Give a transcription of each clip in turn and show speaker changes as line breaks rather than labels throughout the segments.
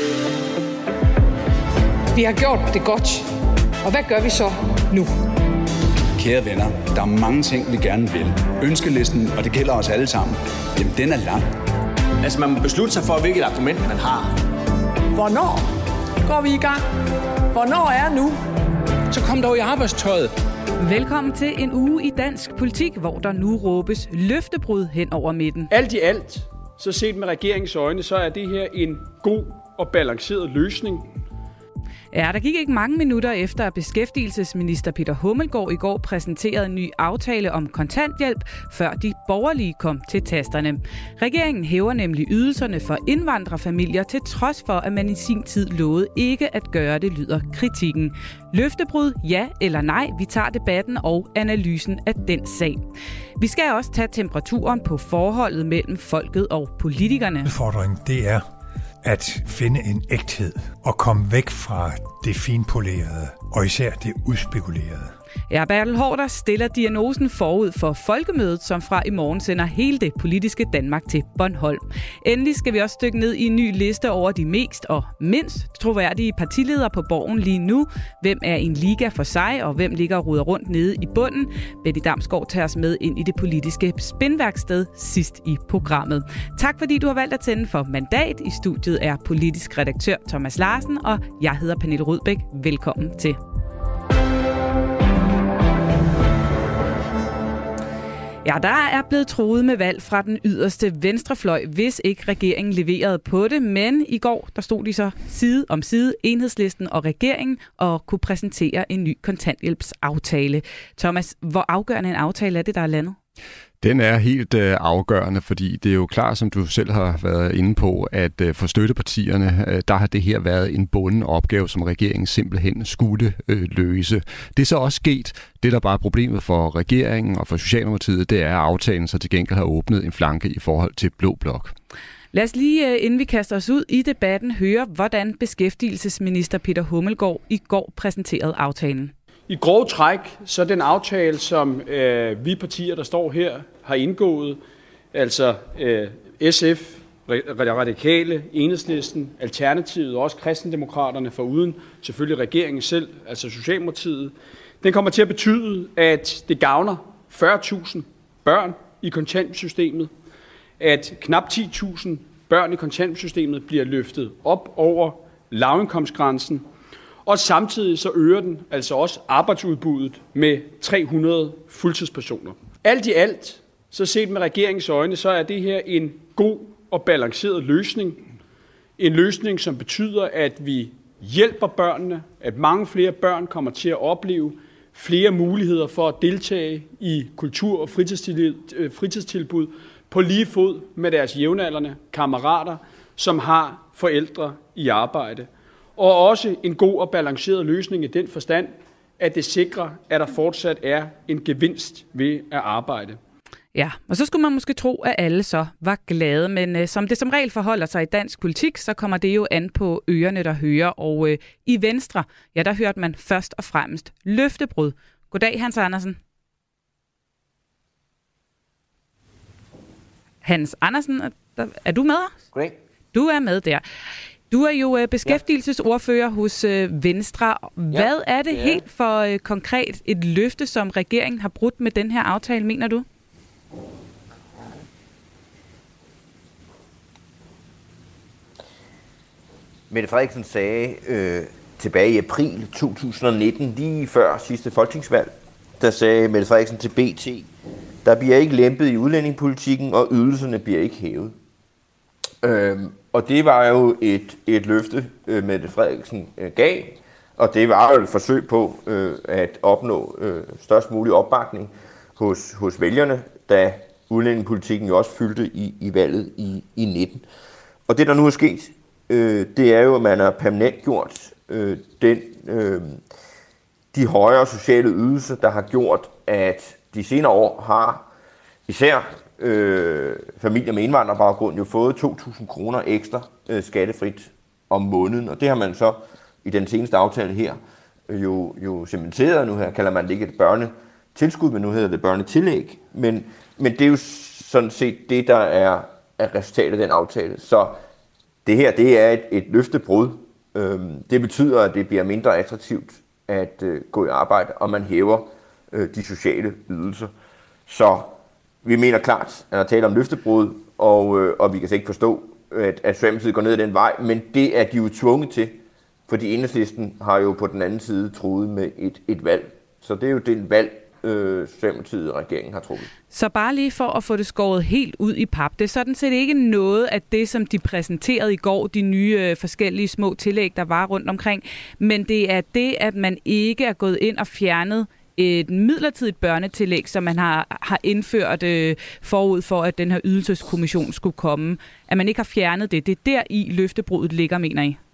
Vi har gjort det godt, og hvad gør vi så nu?
Kære venner, der er mange ting, vi gerne vil. Ønskelisten, og det gælder os alle sammen, jamen den er lang.
Altså man må beslutte sig for, hvilket argument man har.
Hvornår går vi i gang? Hvornår er nu?
Så kom dog i arbejdstøjet.
Velkommen til en uge i dansk politik, hvor der nu råbes løftebrud hen over midten.
Alt i alt, så set med regeringens øjne, så er det her en god og balanceret løsning.
Ja, der gik ikke mange minutter efter, at beskæftigelsesminister Peter Hummelgaard i går præsenterede en ny aftale om kontanthjælp, før de borgerlige kom til tasterne. Regeringen hæver nemlig ydelserne for indvandrerfamilier, til trods for, at man i sin tid lovede ikke at gøre det, lyder kritikken. Løftebrud, ja eller nej? Vi tager debatten og analysen af den sag. Vi skal også tage temperaturen på forholdet mellem folket og politikerne.
Udfordringen, det er at finde en ægthed og komme væk fra det finpolerede og især det udspekulerede.
Ja, Bertel Haarder stiller diagnosen forud for Folkemødet, som fra i morgen sender hele det politiske Danmark til Bornholm. Endelig skal vi også dykke ned i en ny liste over de mest og mindst troværdige partiledere på Borgen lige nu. Hvem er en liga for sig, og hvem ligger og ruder rundt nede i bunden? Betty Damsgaard tager os med ind i det politiske spinværksted sidst i programmet. Tak fordi du har valgt at tænde for Mandat. I studiet er politisk redaktør Thomas Larsen, og jeg hedder Pernille Rudbæk. Velkommen til. Ja, der er blevet truet med valg fra den yderste venstrefløj, hvis ikke regeringen leverede på det. Men i går, der stod de så side om side, Enhedslisten og regeringen, og kunne præsentere en ny kontanthjælpsaftale. Thomas, hvor afgørende en aftale er det, der er landet?
Den er helt afgørende, fordi det er jo klart, som du selv har været inde på, at for støttepartierne, der har det her været en bunden opgave, som regeringen simpelthen skulle løse. Det er så også sket. Det, der bare er problemet for regeringen og for Socialdemokratiet, det er, at aftalen så til gengæld har åbnet en flanke i forhold til Blå Blok.
Lad os lige, inden vi kaster os ud i debatten, høre, hvordan beskæftigelsesminister Peter Hummelgaard i går præsenterede aftalen.
I grove træk, så den aftale, som vi partier, der står her, har indgået, altså SF, Radikale, Enhedslisten, Alternativet og også Kristendemokraterne, foruden selvfølgelig regeringen selv, altså Socialdemokratiet, den kommer til at betyde, at det gavner 40.000 børn i kontanthjælpssystemet, at knap 10.000 børn i kontanthjælpssystemet bliver løftet op over lavindkomstgrænsen, og samtidig så øger den altså også arbejdsudbuddet med 300 fuldtidspersoner. Alt i alt, så set med regeringens øjne, så er det her en god og balanceret løsning. En løsning, som betyder, at vi hjælper børnene, at mange flere børn kommer til at opleve flere muligheder for at deltage i kultur- og fritidstilbud på lige fod med deres jævnaldrende kammerater, som har forældre i arbejde. Og også en god og balanceret løsning i den forstand, at det sikrer, at der fortsat er en gevinst ved at arbejde.
Ja, og så skulle man måske tro, at alle så var glade, men som det som regel forholder sig i dansk politik, så kommer det jo an på ørerne, der hører. Og i Venstre, ja, der hørte man først og fremmest løftebrud. Goddag, Hans Andersen. Hans Andersen, er du med?
Goddag.
Du er med der. Du er jo beskæftigelsesordfører hos Venstre. Hvad er det helt for konkret et løfte, som regeringen har brudt med den her aftale, mener du?
Mette Frederiksen sagde tilbage i april 2019, lige før sidste folketingsvalg, der sagde Mette Frederiksen til BT, der bliver ikke lempet i udlændingepolitikken, og ydelserne bliver ikke hævet. Og det var jo et løfte, Mette Frederiksen gav, og det var jo et forsøg på at opnå størst mulig opbakning hos vælgerne, da udlændingepolitikken jo også fyldte i valget i 19. Og det, der nu er sket, det er jo, at man har permanent gjort de højere sociale ydelser, der har gjort, at de senere år har især familier med indvandrerbaggrund jo fået 2.000 kroner ekstra skattefrit om måneden, og det har man så i den seneste aftale her jo cementeret. Nu her kalder man det ikke et børnetilskud, men nu hedder det børnetillæg, men det er jo sådan set det, der er resultatet af den aftale. Så Det her, det er et løftebrud. Det betyder, at det bliver mindre attraktivt at gå i arbejde, og man hæver de sociale ydelser. Så vi mener klart, at der taler om løftebrud, og vi kan ikke forstå, at Socialdemokratiet går ned ad den vej, men det er de jo tvunget til, fordi Enhedslisten har jo på den anden side truet med et valg. Så det er jo det valg, Socialdemokratiet og regeringen har truffet.
Så bare lige for at få det skåret helt ud i pap, det er sådan set ikke noget af det, som de præsenterede i går, de nye forskellige små tillæg, der var rundt omkring, men det er det, at man ikke er gået ind og fjernet et midlertidigt børnetillæg, som man har indført forud for, at den her ydelseskommission skulle komme. At man ikke har fjernet det. Det er der i løftebruddet ligger, mener I?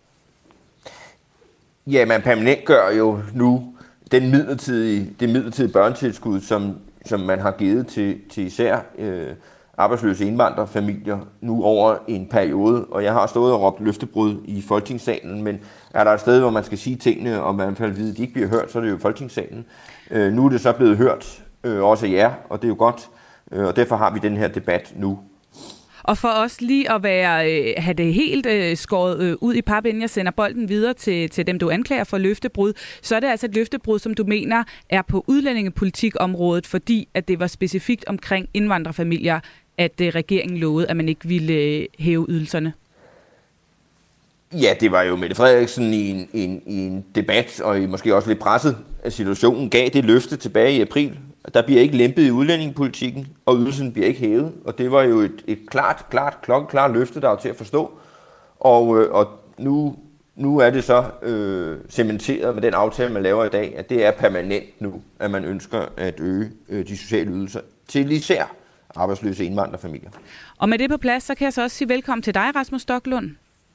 Ja, man permanentgør jo nu det midlertidige børnetilskud, som man har givet til især arbejdsløse indvandrerfamilier nu over en periode. Og jeg har stået og råbt løftebrud i Folketingssalen, men er der et sted, hvor man skal sige tingene, og man kan vide, at de ikke bliver hørt, så er det jo Folketingssalen. Nu er det så blevet hørt, også af jer, og det er jo godt, og derfor har vi den her debat nu.
Og for os lige at have det helt skåret ud i pap, inden jeg sender bolden videre til dem, du anklager for løftebrud, så er det altså et løftebrud, som du mener er på udlændingepolitikområdet, fordi at det var specifikt omkring indvandrerfamilier, at regeringen lovede, at man ikke ville hæve ydelserne.
Ja, det var jo Mette Frederiksen i en debat, og måske også lidt presset af situationen, gav det løfte tilbage i april. Der bliver ikke lempet i udlændingepolitikken, og ydelsen bliver ikke hævet. Og det var jo et klokkeklart løfte, der var til at forstå. Og nu er det så cementeret med den aftale, man laver i dag, at det er permanent nu, at man ønsker at øge de sociale ydelser til især arbejdsløse indvandrerfamilier. Og
med det på plads, så kan jeg så også sige velkommen til dig, Rasmus Stoklund.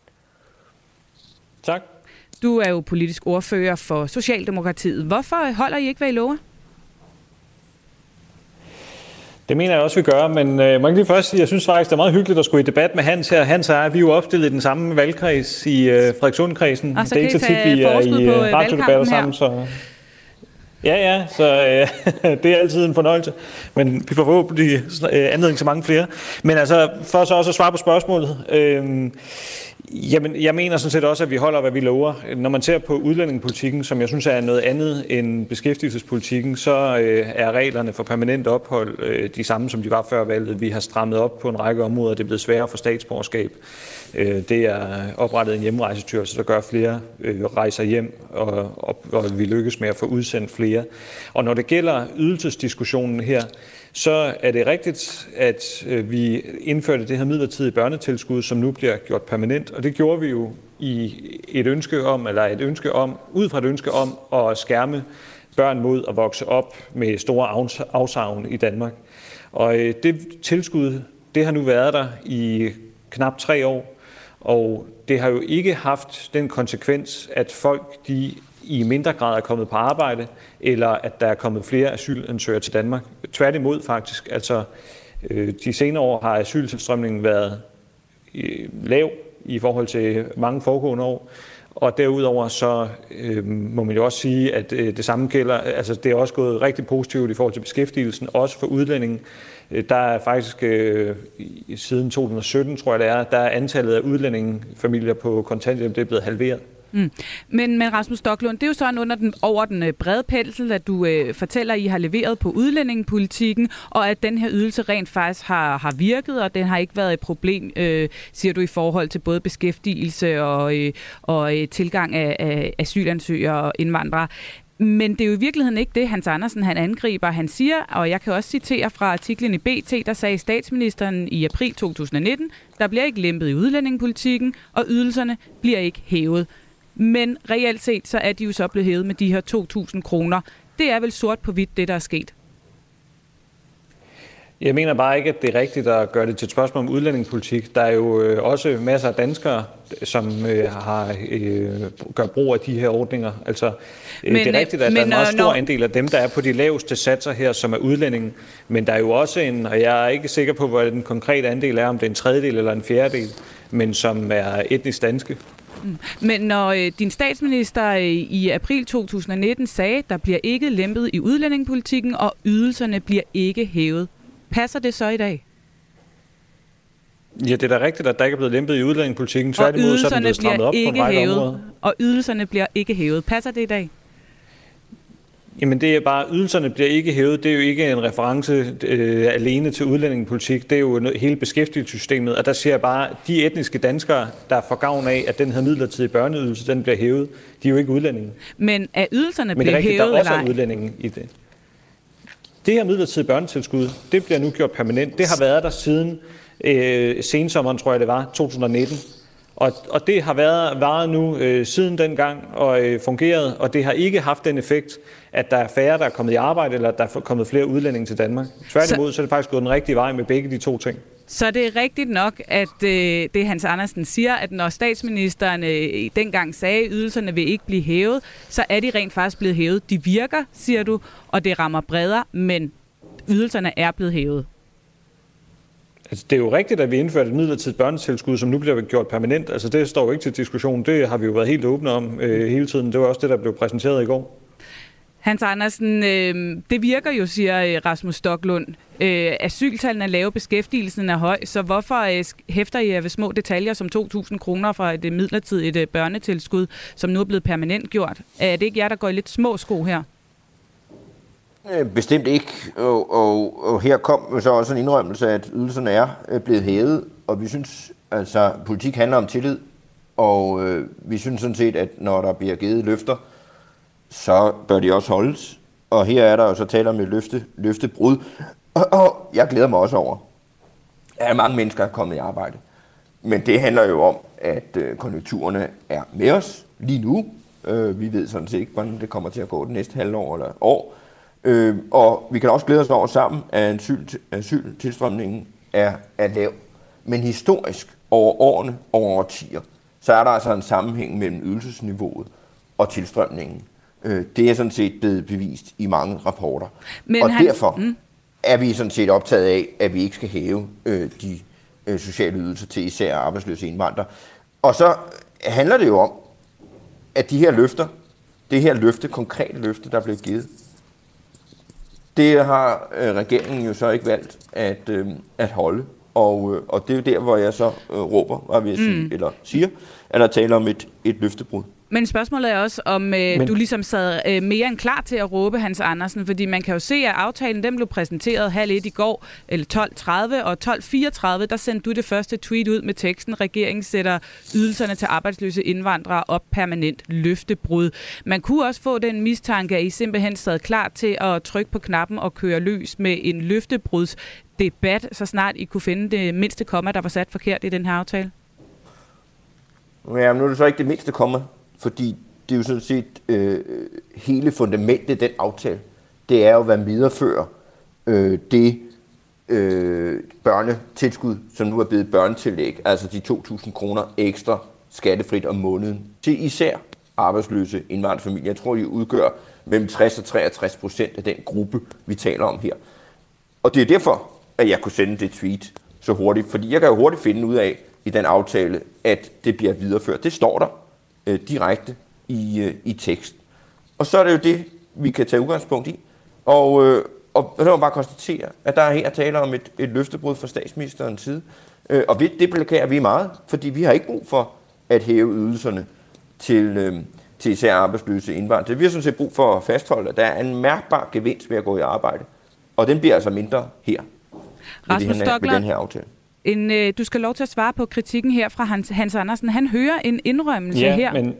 Tak.
Du er jo politisk ordfører for Socialdemokratiet. Hvorfor holder I ikke, hvad I lover?
Det mener jeg også, vi gør, men må jeg lige først sige, jeg synes faktisk, det er meget hyggeligt at skulle i debat med Hans her. Hans og jeg, vi er jo opstillet i den samme valgkreds i Frederikssundkredsen.
Og så det er ikke så tit, vi er i radiodebatter sammen,
så ja, så det er altid en fornøjelse. Men vi får forhåbentlig anledning til mange flere. Men altså, for så også at svare på spørgsmålet. Jamen, jeg mener sådan set også, at vi holder, hvad vi lover. Når man ser på udlændingepolitikken, som jeg synes er noget andet end beskæftigelsespolitikken, så er reglerne for permanent ophold de samme, som de var før valget. Vi har strammet op på en række områder. Det er blevet sværere for statsborgerskab. Det er oprettet en hjemrejsestyrelse, der gør flere rejser hjem, og vi lykkes med at få udsendt flere. Og når det gælder ydelsesdiskussionen her, så er det rigtigt, at vi indførte det her midlertidige børnetilskud, som nu bliver gjort permanent. Og det gjorde vi jo i ud fra et ønske om at skærme børn mod at vokse op med store afsavn i Danmark. Og det tilskud, det har nu været der i knap 3 år. Og det har jo ikke haft den konsekvens, at folk de i mindre grad er kommet på arbejde, eller at der er kommet flere asylansøgere til Danmark. Tværtimod faktisk. Altså, de senere år har asyltilstrømningen været lav i forhold til mange foregående år. Og derudover så må man jo også sige, at det samme gælder, altså det er også gået rigtig positivt i forhold til beskæftigelsen, også for udlændinge. Der er faktisk siden 2017, tror jeg der er antallet af udlændingefamilier på kontanthjælp, det er blevet halveret.
Men Rasmus Stoklund, det er jo sådan over den brede pensel, at du fortæller, at I har leveret på udlændingepolitikken, og at den her ydelse rent faktisk har virket, og den har ikke været et problem, siger du, i forhold til både beskæftigelse og tilgang af asylansøgere og indvandrere. Men det er jo i virkeligheden ikke det, Hans Andersen han angriber. Han siger, og jeg kan også citere fra artiklen i BT, der sagde statsministeren i april 2019, der bliver ikke lempet i udlændingepolitikken, og ydelserne bliver ikke hævet. Men reelt set, så er de jo så blevet hævet med de her 2.000 kroner. Det er vel sort på hvidt, det der er sket?
Jeg mener bare ikke, at det er rigtigt at gøre det til et spørgsmål om udlændingepolitik. Der er jo også masser af danskere, som gør brug af de her ordninger. Altså, det er rigtigt, at der er en meget stor andel af dem, der er på de laveste satser her, som er udlændinge. Men der er jo også og jeg er ikke sikker på, hvad den konkrete andel er, om det er en tredjedel eller en fjerdedel, men som er etnisk danske.
Men når din statsminister i april 2019 sagde, at der bliver ikke lempet i udlændingepolitikken, og ydelserne bliver ikke hævet, passer det så i dag?
Ja, det er da rigtigt, at der ikke er blevet lempet i udlændingepolitikken. Tværtimod, så er den blevet strammet op på en række områder.
Og ydelserne bliver ikke hævet. Passer det i dag?
Jamen det er bare, ydelserne bliver ikke hævet. Det er jo ikke en reference alene til udlændingepolitik. Det er jo hele beskæftigelsessystemet. Og der siger jeg bare, at de etniske danskere, der får gavn af, at den her midlertidige børneydelse, den bliver hævet, de er jo ikke udlændinge.
Men er ydelserne
bliver hævet, eller ej? Men det er rigtigt, der også er udlændinge i det. Det her midlertidige børnetilskud, det bliver nu gjort permanent. Det har været der siden sensommeren, tror jeg det var, 2019. Og det har varet nu siden dengang og fungeret, og det har ikke haft den effekt, at der er færre, der er kommet i arbejde, eller at der er kommet flere udlændinge til Danmark. Tværtimod, så er det faktisk gået den rigtige vej med begge de to ting.
Så det er rigtigt nok, at det Hans Andersen siger, at når statsministeren dengang sagde, at ydelserne vil ikke blive hævet, så er de rent faktisk blevet hævet. De virker, siger du, og det rammer bredere, men ydelserne er blevet hævet.
Altså, det er jo rigtigt, at vi indførte et midlertidigt børnetilskud, som nu bliver gjort permanent. Altså, det står jo ikke til diskussion. Det har vi jo været helt åbne om hele tiden. Det var også det, der blev præsenteret i går.
Hans Andersen, det virker jo, siger Rasmus Stoklund. Asyltallene er lave, beskæftigelsen er høj, så hvorfor hæfter I ved små detaljer som 2.000 kroner fra et midlertidigt børnetilskud, som nu er blevet permanent gjort? Er det ikke jer, der går i lidt små sko her?
Bestemt ikke, og her kom så også en indrømmelse, at ydelserne er blevet hævet, og vi synes, altså politik handler om tillid, og vi synes sådan set, at når der bliver givet løfter, så bør de også holdes, og her er der jo så tale om et løftebrud, og jeg glæder mig også over, at mange mennesker er kommet i arbejde, men det handler jo om, at konjunkturerne er med os lige nu. Vi ved sådan set ikke, hvordan det kommer til at gå det næste halvår eller år. Og vi kan også glæde os over sammen, at asyltilstrømningen er lav. Men historisk over årene, over årtier, så er der altså en sammenhæng mellem ydelsesniveauet og tilstrømningen. Det er sådan set blevet bevist i mange rapporter. Men og derfor er vi sådan set optaget af, at vi ikke skal hæve de sociale ydelser til især arbejdsløse indvandrere. Og så handler det jo om, at de her løfter, det her konkrete løfte, der blev givet, det har regeringen jo så ikke valgt at holde, og det er jo der, hvor jeg så råber, hvad vil jeg sige, eller siger, at der taler om et løftebrud.
Men spørgsmålet er også, om du ligesom sad mere end klar til at råbe, Hans Andersen, fordi man kan jo se, at aftalen den blev præsenteret 12:30 i går, eller 12:30, og 12:34, der sendte du det første tweet ud med teksten, regeringen sætter ydelserne til arbejdsløse indvandrere op permanent løftebrud. Man kunne også få den mistanke, at I simpelthen sad klar til at trykke på knappen og køre løs med en løftebrudsdebat, så snart I kunne finde det mindste komma, der var sat forkert i den her aftale.
Ja, men nu er det så ikke det mindste komma. Fordi det er jo sådan set hele fundamentet i den aftale, det er jo, hvad viderefører det børnetilskud, som nu er blevet børnetillæg, altså de 2.000 kroner ekstra skattefrit om måneden, til især arbejdsløse indvandrerfamilier. Jeg tror, de udgør mellem 60 og 63% af den gruppe, vi taler om her. Og det er derfor, at jeg kunne sende det tweet så hurtigt, fordi jeg kan jo hurtigt finde ud af i den aftale, at det bliver videreført. Det står der direkte i tekst. Og så er det jo det, vi kan tage udgangspunkt i. Og så må bare konstatere, at der er her tale om et løftebrud fra statsministerens side. Og det beklager vi meget, fordi vi har ikke brug for at hæve ydelserne til især arbejdsløse indvandrere. Vi har sådan set brug for at fastholde, at der er en mærkbar gevinst ved at gå i arbejde. Og den bliver altså mindre her.
Rasmus Stoklund,
med den her aftale.
Du skal lov til at svare på kritikken her fra Hans Andersen. Han hører en indrømmelse her.
Men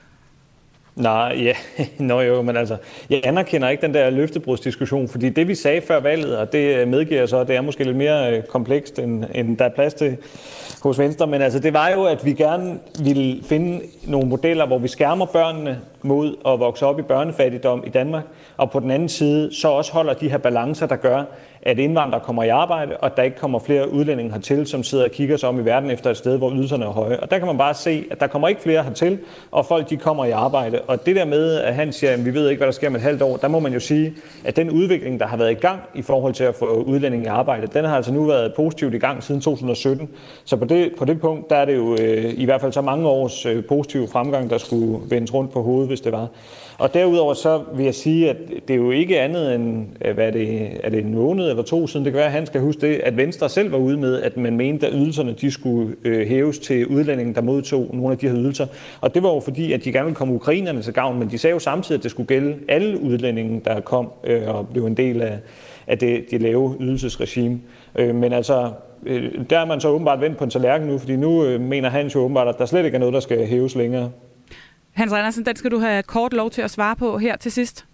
men altså, jeg anerkender ikke den der løftebrudsdiskussion, fordi det vi sagde før valget, og det medgiver jeg så, det er måske lidt mere komplekst, end der er plads til hos Venstre, men altså det var jo, at vi gerne ville finde nogle modeller, hvor vi skærmer børnene mod at vokse op i børnefattigdom i Danmark, og på den anden side så også holder de her balancer, der gør, at indvandrere kommer i arbejde, og at der ikke kommer flere udlændinge hertil, som sidder og kigger sig om i verden efter et sted, hvor ydelserne er høje. Og der kan man bare se, at der kommer ikke flere hertil, og folk de kommer i arbejde. Og det der med, at han siger, at vi ved ikke, hvad der sker om et halvt år, der må man jo sige, at den udvikling, der har været i gang i forhold til at få udlændinge i arbejde, den har altså nu været positivt i gang siden 2017. Så på det punkt, der er det jo i hvert fald så mange års positiv fremgang, der skulle vendes rundt på hovedet, hvis det var. Og derudover så vil jeg sige, at det er jo ikke andet end, er det en måned eller 2 siden, det kan være, at han skal huske det, at Venstre selv var ude med, at man mente, at ydelserne de skulle hæves til udlændinge, der modtog nogle af de her ydelser. Og det var jo fordi, at de gerne ville komme ukrainerne til gavn, men de sagde jo samtidig, at det skulle gælde alle udlændinge, der kom og blev en del af det lave ydelsesregime. Men altså, der er man så åbenbart vendt på en tallerken nu, fordi nu mener han jo åbenbart, at der slet ikke er noget, der skal hæves længere.
Hans Andersen, den skal du have kort lov til at svare på her til sidst.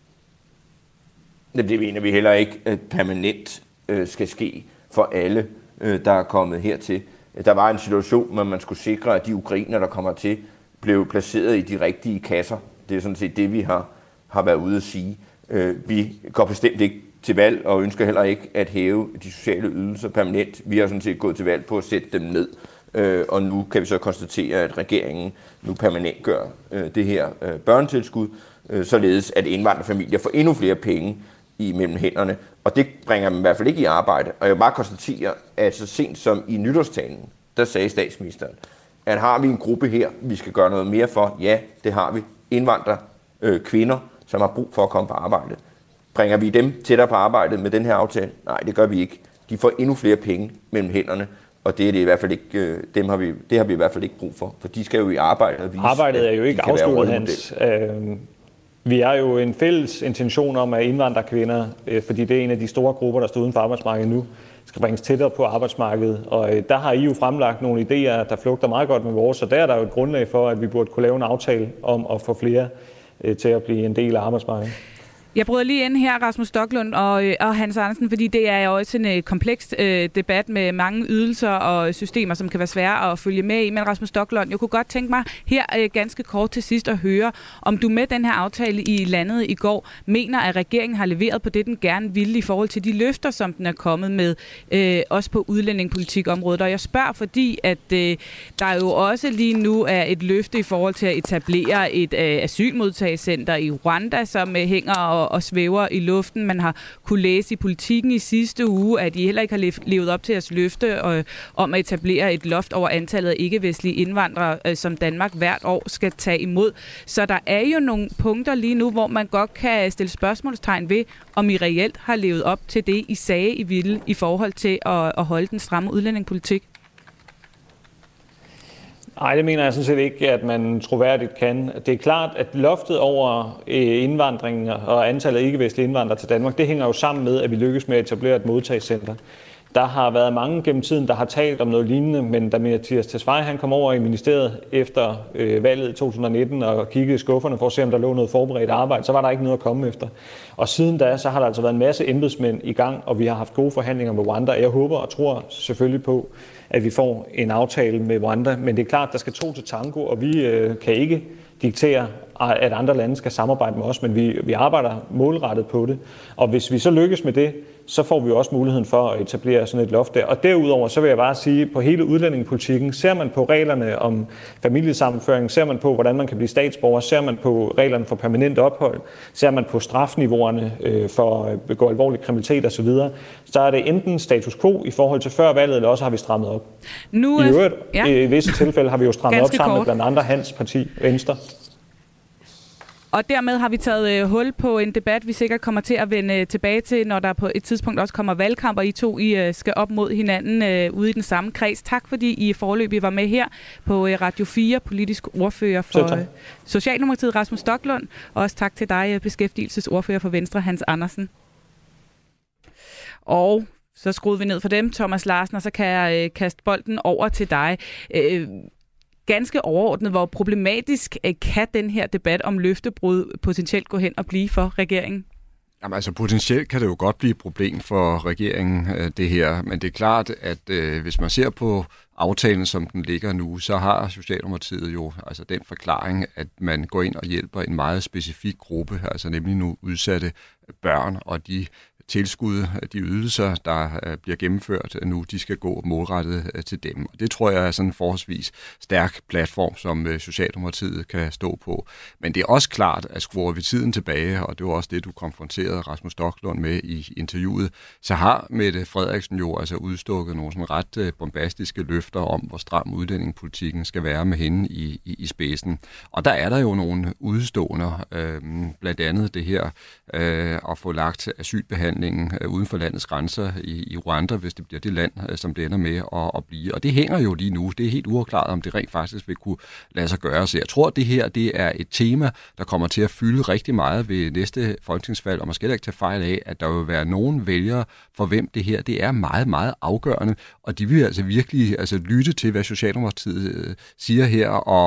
Det mener vi heller ikke, at permanent skal ske for alle, der er kommet hertil. Der var en situation, hvor man skulle sikre, at de ukrainer, der kommer til, blev placeret i de rigtige kasser. Det er sådan set det, vi har været ude at sige. Vi går bestemt ikke til valg og ønsker heller ikke at hæve de sociale ydelser permanent. Vi har sådan set gået til valg på at sætte dem ned. Og nu kan vi så konstatere, at regeringen nu permanent gør det her børnetilskud, således at indvandrerfamilier får endnu flere penge imellem hænderne. Og det bringer dem i hvert fald ikke i arbejde. Og jeg vil bare konstatere, at så sent som i nytårstalen, der sagde statsministeren, at har vi en gruppe her, vi skal gøre noget mere for? Ja, det har vi. Kvinder, som har brug for at komme på arbejde. Bringer vi dem tættere på arbejdet med den her aftale? Nej, det gør vi ikke. De får endnu flere penge mellem hænderne. Og det er det i hvert fald ikke, det har vi i hvert fald ikke brug for de skal jo i arbejde og vise.
Arbejdet er jo ikke afsluttet, Hans. Vi har jo en fælles intention om, at indvandrerkvinder, fordi det er en af de store grupper, der står uden for arbejdsmarkedet nu, skal bringes tættere på arbejdsmarkedet. Og der har I jo fremlagt nogle idéer, der flugter meget godt med vores, og der er der jo et grundlag for, at vi burde kunne lave en aftale om at få flere til at blive en del af arbejdsmarkedet.
Jeg bryder lige ind her, Rasmus Stoklund og Hans Andersen, fordi det er jo også en kompleks debat med mange ydelser og systemer, som kan være svære at følge med i. Men Rasmus Stoklund, jeg kunne godt tænke mig her ganske kort til sidst at høre, om du med den her aftale i landet i går mener, at regeringen har leveret på det, den gerne ville i forhold til de løfter, som den er kommet med, også på udlændingepolitikområdet. Og jeg spørger, fordi at der jo også lige nu er et løfte i forhold til at etablere et asylmodtagelsescenter i Rwanda, som hænger og svæver i luften. Man har kunne læse i Politikken i sidste uge, at I heller ikke har levet op til jeres løfte om at etablere et loft over antallet af ikke-vestlige indvandrere, som Danmark hvert år skal tage imod. Så der er jo nogle punkter lige nu, hvor man godt kan stille spørgsmålstegn ved, om I reelt har levet op til det, I sagde, I ville i forhold til at holde den stramme udlændingepolitik.
Nej, det mener jeg sådan set ikke, at man troværdigt kan. Det er klart, at loftet over indvandringen og antallet af ikke-vestlige indvandrere til Danmark, det hænger jo sammen med, at vi lykkes med at etablere et modtagscenter. Der har været mange gennem tiden, der har talt om noget lignende, men da Mathias Tesfaye han kom over i ministeriet efter valget i 2019 og kiggede i skufferne for at se, om der lå noget forberedt arbejde, så var der ikke noget at komme efter. Og siden da, så har der altså været en masse embedsmænd i gang, og vi har haft gode forhandlinger med Rwanda. Jeg håber og tror selvfølgelig på, at vi får en aftale med Rwanda, men det er klart, at der skal 2 til tango, og vi kan ikke diktere, at andre lande skal samarbejde med os, men vi arbejder målrettet på det. Og hvis vi så lykkes med det, så får vi også muligheden for at etablere sådan et loft der. Og derudover, så vil jeg bare sige, på hele udlændingepolitikken, ser man på reglerne om familiesammenføring, ser man på, hvordan man kan blive statsborger, ser man på reglerne for permanent ophold, ser man på strafniveauerne for at begå alvorlig kriminalitet osv., så er det enten status quo i forhold til før valget, eller også har vi strammet op. I øvrigt, i visse tilfælde har vi jo strammet op sammen med blandt andre Hans parti, Venstre.
Og dermed har vi taget hul på en debat, vi sikkert kommer til at vende tilbage til, når der på et tidspunkt også kommer valgkamp, og I to skal op mod hinanden ude i den samme kreds. Tak fordi I foreløbig var med her på Radio 4, politisk ordfører for Socialdemokratiet, Rasmus Stoklund, og også tak til dig, beskæftigelsesordfører for Venstre, Hans Andersen. Og så skruede vi ned for dem, Thomas Larsen, og så kan jeg kaste bolden over til dig. Ganske overordnet, hvor problematisk kan den her debat om løftebrud potentielt gå hen og blive for regeringen?
Jamen altså potentielt kan det jo godt blive et problem for regeringen, det her. Men det er klart, at hvis man ser på aftalen, som den ligger nu, så har Socialdemokratiet jo altså den forklaring, at man går ind og hjælper en meget specifik gruppe, altså nemlig nu udsatte børn, og de tilskud, de ydelser, der bliver gennemført nu, de skal gå målrettet til dem. Og det tror jeg er sådan en forholdsvis stærk platform, som Socialdemokratiet kan stå på. Men det er også klart, at skruer vi tiden tilbage, og det var også det, du konfronterede Rasmus Stoklund med i interviewet, så har Mette Frederiksen jo altså udstukket nogle sådan ret bombastiske løfter om, hvor stram udlændingepolitikken skal være med hende i spidsen. Og der er der jo nogle udståender, blandt andet det her at få lagt asylbehandling asylbehandlingen uden for landets grænser i Rwanda, hvis det bliver det land, som det ender med at blive. Og det hænger jo lige nu. Det er helt uafklaret, om det rent faktisk vil kunne lade sig gøre. Så jeg tror, at det her det er et tema, der kommer til at fylde rigtig meget ved næste folketingsvalg, og man skal ikke tage fejl af, at der vil være nogen vælgere, for hvem det her det er meget, meget afgørende, og de vil altså virkelig lytte til, hvad Socialdemokratiet siger her,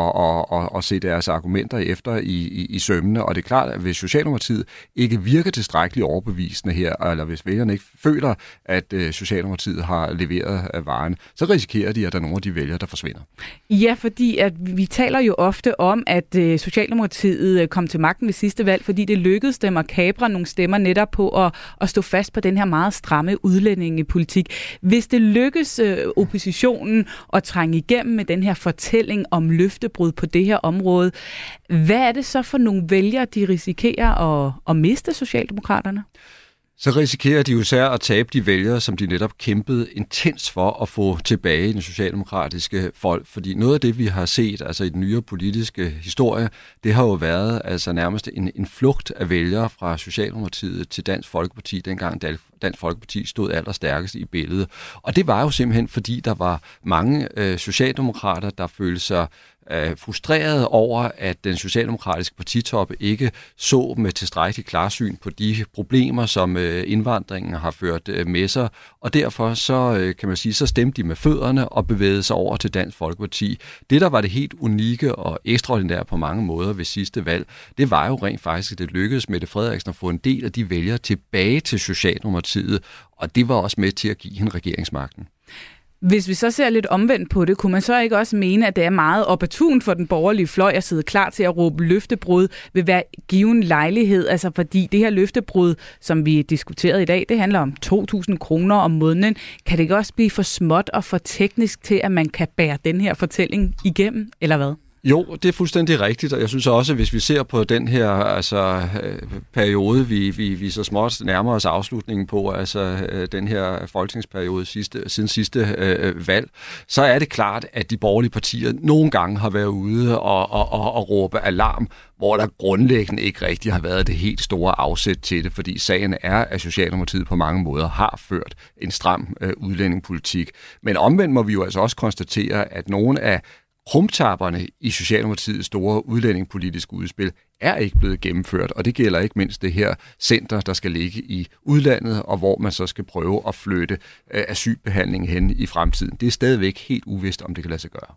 og se deres argumenter efter i sømmene. Og det er klart, at hvis Socialdemokratiet ikke virker tilstrækkeligt overbevisende her, eller hvis vælgerne ikke føler, at Socialdemokratiet har leveret af varen, så risikerer de, at der er nogle af de vælgere, der forsvinder. Ja, fordi at vi taler jo ofte om, at Socialdemokratiet kom til magten ved sidste valg, fordi det lykkedes dem at kapre nogle stemmer netop på at stå fast på den her meget stramme udlændingepolitik. Hvis det lykkes oppositionen at trænge igennem med den her fortælling om løftebrud på det her område, hvad er det så for nogle vælgere, de risikerer at miste Socialdemokraterne? Så risikerer de jo især at tabe de vælgere, som de netop kæmpede intens for at få tilbage i den socialdemokratiske folk. Fordi noget af det, vi har set i den nyere politiske historie, det har jo været nærmest en flugt af vælgere fra Socialdemokratiet til Dansk Folkeparti, dengang Dansk Folkeparti stod allerstærkest i billedet. Og det var jo simpelthen, fordi der var mange socialdemokrater, der følte sig frustreret over, at den socialdemokratiske partitop ikke så med tilstrækkelig klarsyn på de problemer, som indvandringen har ført med sig, og derfor så kan man sige, så stemte de med fødderne og bevægede sig over til Dansk Folkeparti. Det, der var det helt unikke og ekstraordinære på mange måder ved sidste valg, det var jo rent faktisk, at det lykkedes Mette Frederiksen at få en del af de vælgere tilbage til Socialdemokratiet, og det var også med til at give hende regeringsmagten. Hvis vi så ser lidt omvendt på det, kunne man så ikke også mene, at det er meget opportunt for den borgerlige fløj at sidde klar til at råbe løftebrud ved hver given lejlighed? Fordi det her løftebrud, som vi diskuterede i dag, det handler om 2.000 kroner om måneden. Kan det ikke også blive for småt og for teknisk til, at man kan bære den her fortælling igennem, eller hvad? Jo, det er fuldstændig rigtigt, og jeg synes også, at hvis vi ser på den her periode, vi så småt nærmer os afslutningen på, den her folketingsperiode siden sidste valg, så er det klart, at de borgerlige partier nogle gange har været ude og råbe alarm, hvor der grundlæggende ikke rigtig har været det helt store afsæt til det, fordi sagen er, at Socialdemokratiet på mange måder har ført en stram udlændingepolitik. Men omvendt må vi jo også konstatere, at nogle af krumtapperne i Socialdemokratiets store udlændingepolitiske udspil er ikke blevet gennemført, og det gælder ikke mindst det her center, der skal ligge i udlandet, og hvor man så skal prøve at flytte asylbehandlingen hen i fremtiden. Det er stadigvæk helt uvist, om det kan lade sig gøre.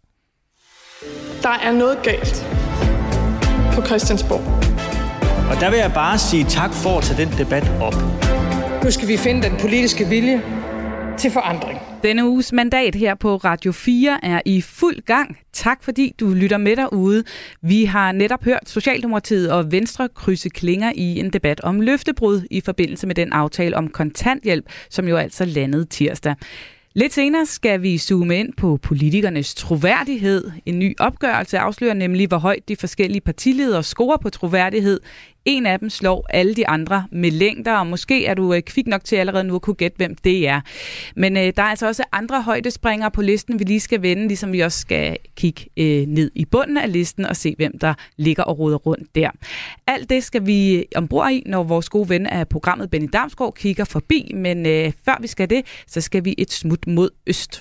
Der er noget galt på Christiansborg.
Og der vil jeg bare sige tak for at tage den debat op.
Nu skal vi finde den politiske vilje til forandring.
Denne uges mandat her på Radio 4 er i fuld gang. Tak fordi du lytter med derude. Vi har netop hørt Socialdemokratiet og Venstre krydse klinger i en debat om løftebrud i forbindelse med den aftale om kontanthjælp, som jo altså landede tirsdag. Lidt senere skal vi zoome ind på politikernes troværdighed. En ny opgørelse afslører nemlig, hvor højt de forskellige partiledere scorer på troværdighed. En af dem slår alle de andre med længder, og måske er du kvik nok til allerede nu at kunne gætte, hvem det er. Men der er altså også andre højdespringere på listen, vi lige skal vende, ligesom vi også skal kigge ned i bunden af listen og se, hvem der ligger og roder rundt der. Alt det skal vi ombord i, når vores gode ven af programmet, Benny Damsgaard, kigger forbi. Men før vi skal det, så skal vi et smut mod øst.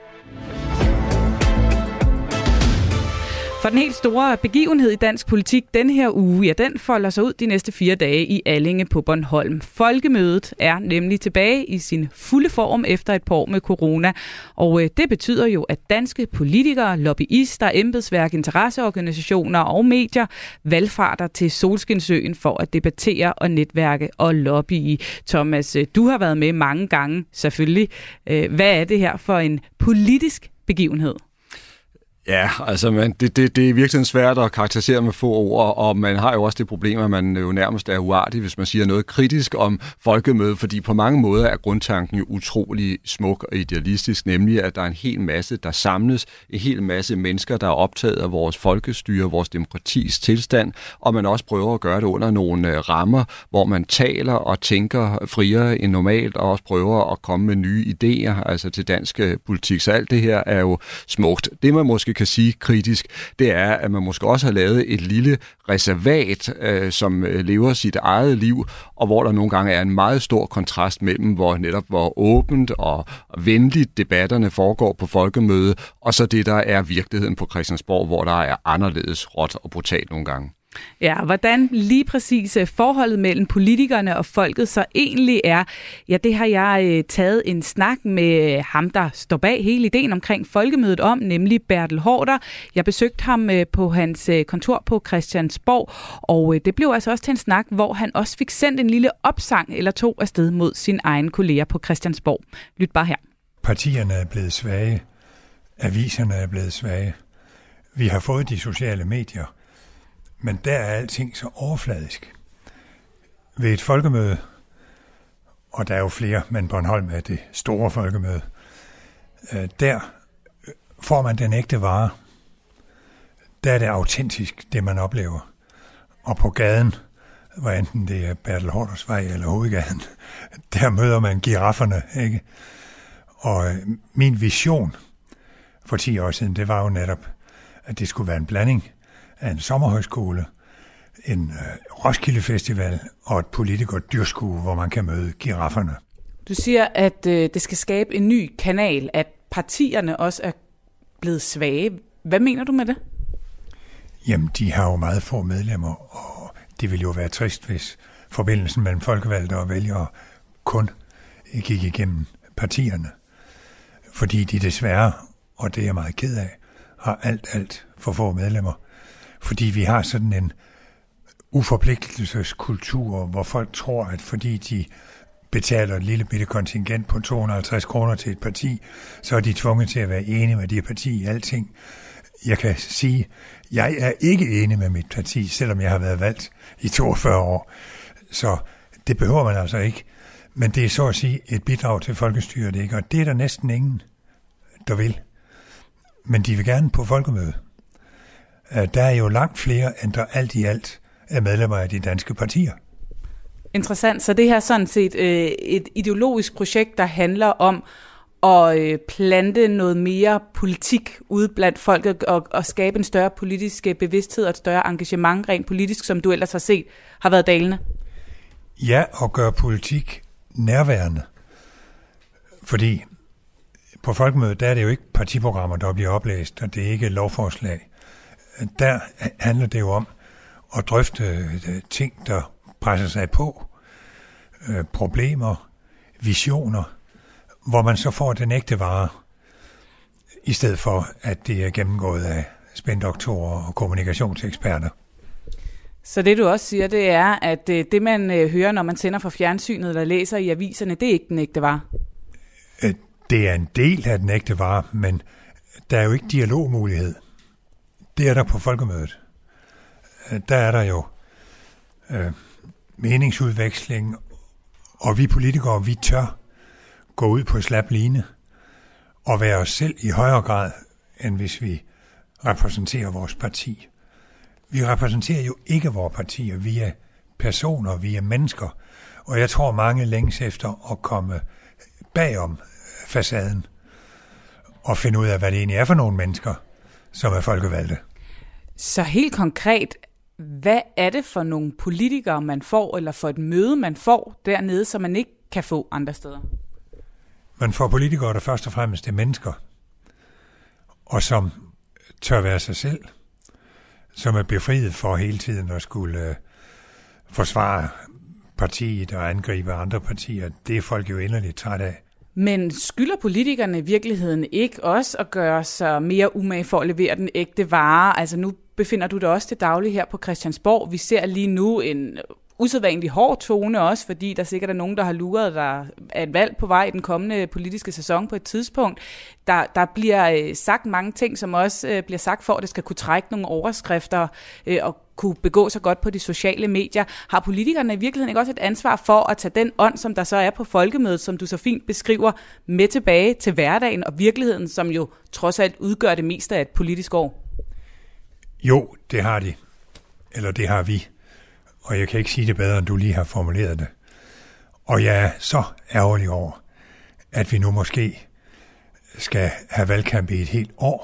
For den helt store begivenhed i dansk politik den her uge, ja, den folder sig ud de næste 4 dage i Allinge på Bornholm. Folkemødet er nemlig tilbage i sin fulde form efter et par år med corona. Og det betyder jo, at danske politikere, lobbyister, embedsværk, interesseorganisationer og medier valgfarter til Solskinsøen for at debattere og netværke og lobbye. Thomas, du har været med mange gange, selvfølgelig. Hvad er det her for en politisk begivenhed?
Ja, det er virkelig svært at karakterisere med få ord, og man har jo også det problem, at man jo nærmest er uartig, hvis man siger noget kritisk om folkemødet, fordi på mange måder er grundtanken jo utrolig smuk og idealistisk, nemlig at der er en hel masse, der samles, en hel masse mennesker, der er optaget af vores folkestyre, vores demokratis tilstand, og man også prøver at gøre det under nogle rammer, hvor man taler og tænker friere end normalt, og også prøver at komme med nye idéer til dansk politik. Så alt det her er jo smukt. Det man måske kan sige kritisk, det er, at man måske også har lavet et lille reservat, som lever sit eget liv, og hvor der nogle gange er en meget stor kontrast mellem, hvor åbent og venligt debatterne foregår på folkemøde, og så det, der er virkeligheden på Christiansborg, hvor der er anderledes råt og brutalt nogle gange.
Ja, hvordan lige præcis forholdet mellem politikerne og folket så egentlig er, ja, det har jeg taget en snak med ham, der står bag hele ideen omkring folkemødet om, nemlig Bertel Haarder. Jeg besøgte ham på hans kontor på Christiansborg, og det blev altså også til en snak, hvor han også fik sendt en lille opsang eller to afsted mod sine egne kolleger på Christiansborg. Lyt bare her.
Partierne er blevet svage. Aviserne er blevet svage. Vi har fået de sociale medier. Men der er alting så overfladisk. Ved et folkemøde, og der er jo flere, men Bornholm er det store folkemøde, der får man den ægte vare. Der er det autentisk, det man oplever. Og på gaden, hvor enten det er Bertel Haarders Vej eller Hovedgaden, der møder man girafferne, ikke? Og min vision for 10 år siden, det var jo netop, at det skulle være en blanding af en sommerhøjskole, en Roskilde Festival og et politikerdyrskue, hvor man kan møde girafferne.
Du siger, at det skal skabe en ny kanal, at partierne også er blevet svage. Hvad mener du med det?
Jamen, de har jo meget få medlemmer, og det ville jo være trist, hvis forbindelsen mellem folkevalgte og vælgere kun gik igennem partierne. Fordi de desværre, og det er jeg meget ked af, har alt for få medlemmer. Fordi vi har sådan en uforpligtelseskultur, hvor folk tror, at fordi de betaler et lille bitte kontingent på 250 kroner til et parti, så er de tvunget til at være enige med det parti i alting. Jeg kan sige, jeg er ikke enig med mit parti, selvom jeg har været valgt i 42 år. Så det behøver man altså ikke. Men det er så at sige et bidrag til folkestyret, ikke? Og det er der næsten ingen, der vil. Men de vil gerne på folkemøde. Der er jo langt flere, end der alt i alt er medlemmer af de danske partier.
Interessant. Så det her er sådan set et ideologisk projekt, der handler om at plante noget mere politik ude blandt folket og skabe en større politisk bevidsthed og et større engagement rent politisk, som du ellers har set har været dalende.
Ja, og gøre politik nærværende. Fordi på folkemødet, der er det jo ikke partiprogrammer, der bliver oplæst, og det er ikke lovforslag. Der handler det jo om at drøfte ting, der presser sig på, problemer, visioner, hvor man så får den ægte vare, i stedet for, at det er gennemgået af spindoktorer og kommunikationseksperter.
Så det du også siger, det er, at det man hører, når man sender fra fjernsynet eller læser i aviserne, det er ikke den ægte vare?
Det er en del af den ægte vare, men der er jo ikke dialogmulighed. Det er der på folkemødet. Der er der jo meningsudveksling, og vi politikere, vi tør gå ud på slap line og være os selv i højere grad, end hvis vi repræsenterer vores parti. Vi repræsenterer jo ikke vores partier, vi er personer, vi er mennesker, og jeg tror mange længes efter at komme bagom facaden og finde ud af, hvad det egentlig er for nogle mennesker, som er folkevalgte.
Så helt konkret, hvad er det for nogle politikere, man får, eller for et møde, man får dernede, som man ikke kan få andre steder?
Man får politikere, der først og fremmest er mennesker, og som tør være sig selv, som er befriet for hele tiden at skulle forsvare partiet og angribe andre partier. Det er folk jo inderligt træt af.
Men skylder politikerne i virkeligheden ikke også at gøre sig mere umage for at levere den ægte vare? Altså nu befinder du dig også til daglig her på Christiansborg. Vi ser lige nu en usædvanlig hård tone også, fordi der sikkert er nogen, der har luret, der er et valg på vej i den kommende politiske sæson på et tidspunkt. Der bliver sagt mange ting, som også bliver sagt for, at det skal kunne trække nogle overskrifter og kunne begå sig godt på de sociale medier. Har politikerne i virkeligheden ikke også et ansvar for at tage den ånd, som der så er på folkemødet, som du så fint beskriver, med tilbage til hverdagen og virkeligheden, som jo trods alt udgør det meste af et politisk år?
Jo, det har de. Eller det har vi. Og jeg kan ikke sige det bedre, end du lige har formuleret det. Og jeg er så ærgerlig over, at vi nu måske skal have valgkamp i et helt år,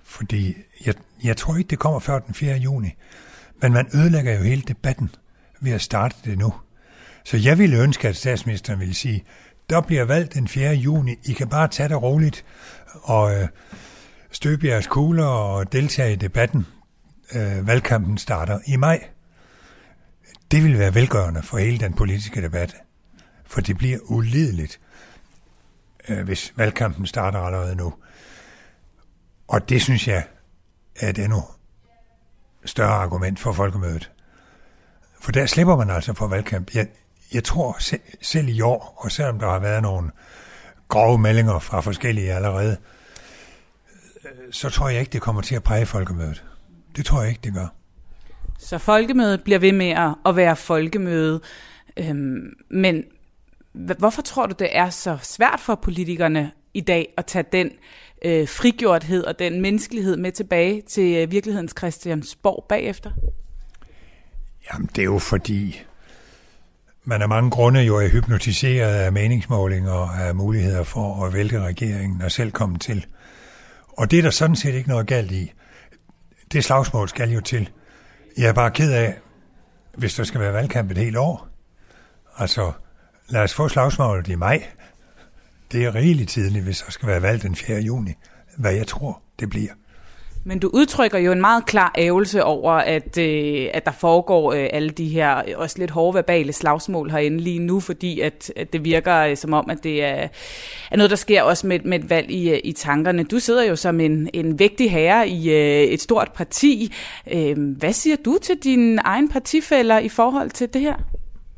fordi jeg tror ikke, det kommer før den 4. juni. Men man ødelægger jo hele debatten ved at starte det nu. Så jeg ville ønske, at statsministeren ville sige, der bliver valgt den 4. juni, I kan bare tage det roligt og støbe jeres kugler og deltage i debatten. Valgkampen starter i maj. Det vil være velgørende for hele den politiske debat, for det bliver ulideligt, hvis valgkampen starter allerede nu. Og det synes jeg er et endnu større argument for folkemødet. For der slipper man altså for valgkamp. Jeg tror selv i år, og selvom der har været nogle grove meldinger fra forskellige allerede, så tror jeg ikke, det kommer til at præge folkemødet. Det tror jeg ikke, det gør.
Så folkemødet bliver ved med at være folkemøde. Men hvorfor tror du, det er så svært for politikerne i dag at tage den frigjorthed og den menneskelighed med tilbage til virkelighedens Christiansborg bagefter?
Jamen, det er jo fordi, man af mange grunde jo er hypnotiseret af meningsmålinger og af muligheder for at vælte regeringen og selv komme til. Og det er der sådan set ikke noget galt i. Det slagsmål skal jo til. Jeg er bare ked af, hvis der skal være valgkamp et helt år. Altså, lad os få slagsmålet i maj. Det er rigeligt tidligt, hvis der skal være valgt den 4. juni, hvad jeg tror, det bliver.
Men du udtrykker jo en meget klar ærgelse over, at der foregår alle de her også lidt hårde verbale slagsmål herinde lige nu, fordi at det virker som om, at det er noget, der sker også med et valg i tankerne. Du sidder jo som en vægtig herre i et stort parti. Hvad siger du til dine egne partifæller i forhold til det her?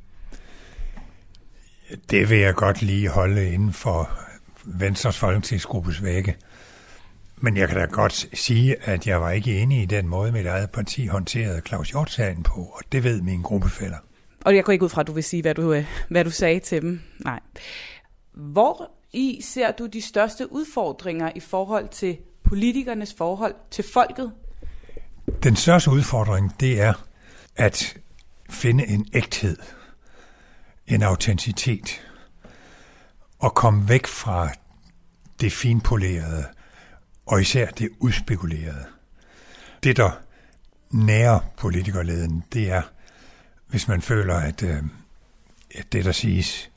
Det vil jeg godt lige holde inden for Venstres folketingsgruppes vægge. Men jeg kan da godt sige, at jeg var ikke enig i den måde, mit eget parti håndterede Claus Hjort-sagen på, og det ved mine gruppefæller.
Og jeg går ikke ud fra, at du vil sige, hvad du sagde til dem. Nej. Hvor i ser du de største udfordringer i forhold til politikernes forhold til folket?
Den største udfordring, det er at finde en ægthed, en autenticitet, og komme væk fra det finpolerede, og især det udspekulerede. Det, der nærer politikerleden, det er, hvis man føler, at det, der siges,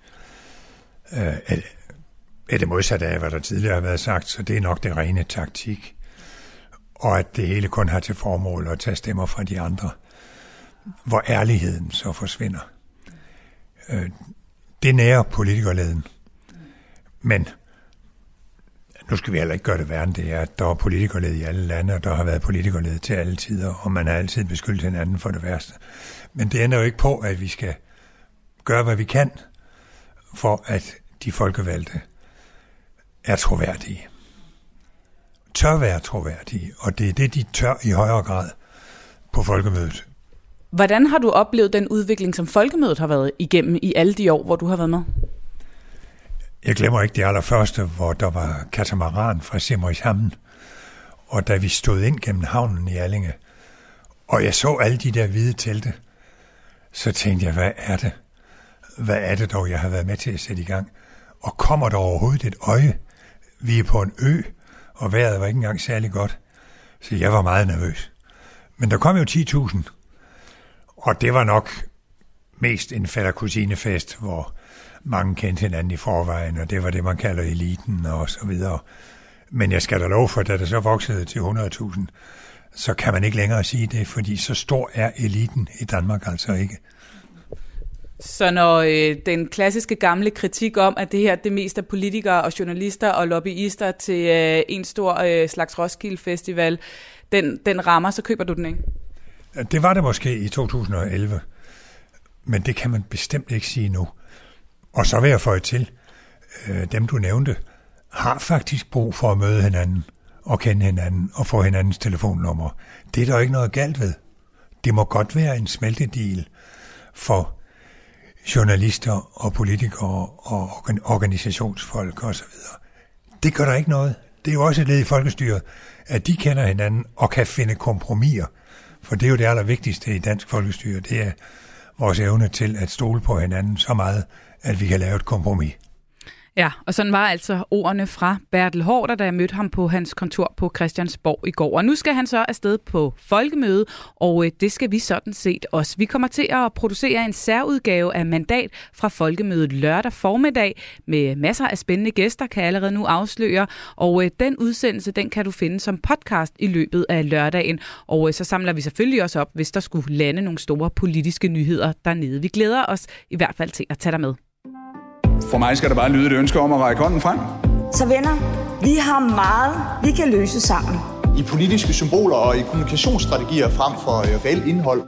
er det modsatte af, hvad der tidligere har været sagt, så det er nok det rene taktik, og at det hele kun har til formål at tage stemmer fra de andre, hvor ærligheden så forsvinder. Det nærer politikerleden. Men nu skal vi heller ikke gøre det værre, det er, at der er politikerled i alle lande, og der har været politikerled til alle tider, og man har altid beskyldt hinanden for det værste. Men det ændrer jo ikke på, at vi skal gøre, hvad vi kan, for at de folkevalgte er troværdige. Tør være troværdige, og det er det, de tør i højere grad på folkemødet.
Hvordan har du oplevet den udvikling, som folkemødet har været igennem i alle de år, hvor du har været med?
Jeg glemmer ikke det allerførste, hvor der var katamaran fra Simrishamn, og da vi stod ind gennem havnen i Allinge, og jeg så alle de der hvide telte, så tænkte jeg, hvad er det? Hvad er det dog, jeg har været med til at sætte i gang? Og kommer der overhovedet et øje? Vi er på en ø, og vejret var ikke engang særlig godt, så jeg var meget nervøs. Men der kom jo 10.000, og det var nok mest en fætter-kusine-fest, hvor mange kendte hinanden i forvejen, og det var det, man kalder eliten og så videre. Men jeg skal da love for, at da det så voksede til 100.000, så kan man ikke længere sige det, fordi så stor er eliten i Danmark altså ikke. Så når
den klassiske gamle kritik om, at det her det mest er politikere og journalister og lobbyister til en stor slags Roskilde Festival, den rammer, så køber du den, ikke?
Det var det måske i 2011, men det kan man bestemt ikke sige nu. Og så vil jeg føje til, dem du nævnte, har faktisk brug for at møde hinanden og kende hinanden og få hinandens telefonnummer. Det er der ikke noget galt ved. Det må godt være en smeltedeal for journalister og politikere og organisationsfolk osv. Det gør der ikke noget. Det er jo også et led i folkestyret, at de kender hinanden og kan finde kompromiser. For det er jo det allervigtigste i dansk folkestyre. Det er vores evne til at stole på hinanden så meget, at vi kan lave et kompromis.
Ja, og sådan var altså ordene fra Bertel Haarder, da jeg mødte ham på hans kontor på Christiansborg i går. Og nu skal han så afsted på folkemøde, og det skal vi sådan set også. Vi kommer til at producere en særudgave af Mandat fra folkemødet lørdag formiddag med masser af spændende gæster, kan jeg allerede nu afsløre. Og den udsendelse, den kan du finde som podcast i løbet af lørdagen. Og så samler vi selvfølgelig også op, hvis der skulle lande nogle store politiske nyheder dernede. Vi glæder os i hvert fald til at tage dig med.
For mig skal der bare lyde et ønske om at række hånden frem.
Så venner, vi har meget, vi kan løse sammen.
I politiske symboler og i kommunikationsstrategier frem for reelt indhold.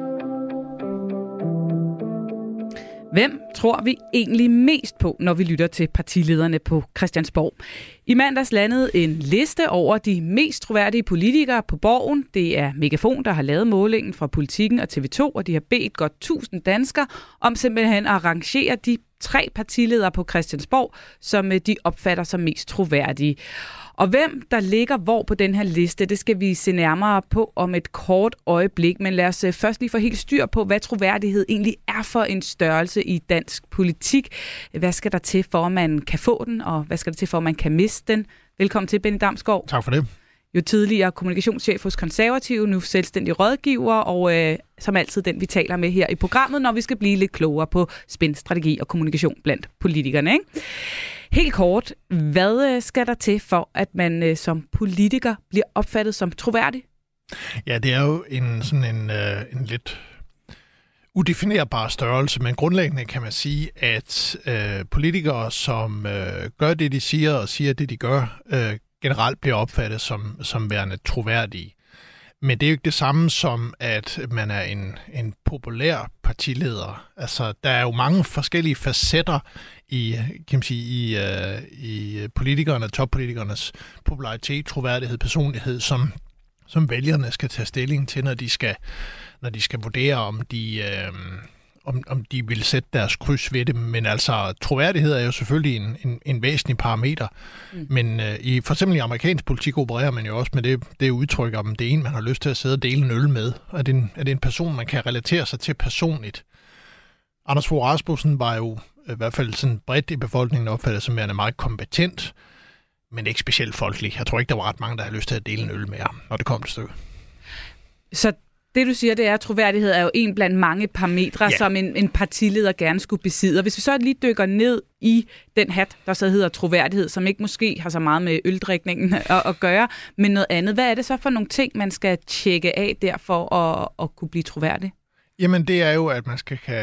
Hvem tror vi egentlig mest på, når vi lytter til partilederne på Christiansborg? I mandags landede en liste over de mest troværdige politikere på Borgen. Det er Megafon, der har lavet målingen fra Politikken og TV2, og de har bedt godt 1000 danskere om simpelthen at rangere de 3 partiledere på Christiansborg, som de opfatter som mest troværdige. Og hvem der ligger hvor på den her liste, det skal vi se nærmere på om et kort øjeblik. Men lad os først lige få helt styr på, hvad troværdighed egentlig er for en størrelse i dansk politik. Hvad skal der til, for at man kan få den, og hvad skal der til, for at man kan miste den? Velkommen til, Benny Damsgaard.
Tak for det.
Jo tidligere kommunikationschef hos Konservative, nu selvstændig rådgiver, og som altid den, vi taler med her i programmet, når vi skal blive lidt klogere på spin, strategi og kommunikation blandt politikerne, ikke? Helt kort, hvad skal der til for, at man som politiker bliver opfattet som troværdig?
Ja, det er jo en lidt udefinerbar størrelse, men grundlæggende kan man sige, at politikere, som gør det, de siger, og siger det, de gør, generelt bliver opfattet som værende troværdige. Men det er jo ikke det samme som, at man er en populær partileder. Altså, der er jo mange forskellige facetter i politikerne, toppolitikernes popularitet, troværdighed, personlighed, som vælgerne skal tage stilling til, når de skal vurdere, om de vil sætte deres kryds ved det. Men altså, troværdighed er jo selvfølgelig en væsentlig parameter. Men for eksempel i amerikansk politik opererer man jo også med det udtryk, om det er en, man har lyst til at sidde og dele en øl med. Er det en person, man kan relatere sig til personligt? Anders Fogh Rasmussen var jo i hvert fald sådan bredt i befolkningen opfattet som værende meget kompetent, men ikke specielt folkelig. Jeg tror ikke, der var ret mange, der havde lyst til at dele en øl med ham, når det kom til stykket.
Så det, du siger, det er, at troværdighed er jo en blandt mange parametre, som en partileder gerne skulle besidde. Og hvis vi så lige dykker ned i den hat, der så hedder troværdighed, som ikke måske har så meget med øldrikningen at gøre, men noget andet. Hvad er det så for nogle ting, man skal tjekke af der for at kunne blive troværdig? Jamen, det er jo, at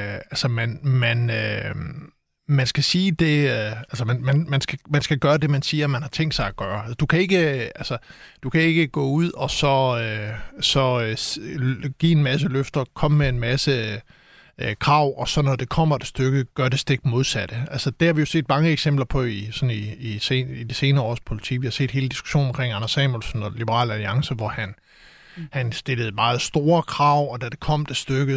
man skal sige det, man skal gøre det, man siger, man har tænkt sig at gøre. Du kan ikke gå ud og så give en masse løfter, komme med en masse krav, og så når det kommer et stykke, gør det stik modsatte. Altså, det har vi jo set mange eksempler på i de senere års politik. Vi har set hele diskussionen omkring Anders Samuelsen og Liberal Alliance, hvor han stillede meget store krav, og da det kom det stykke,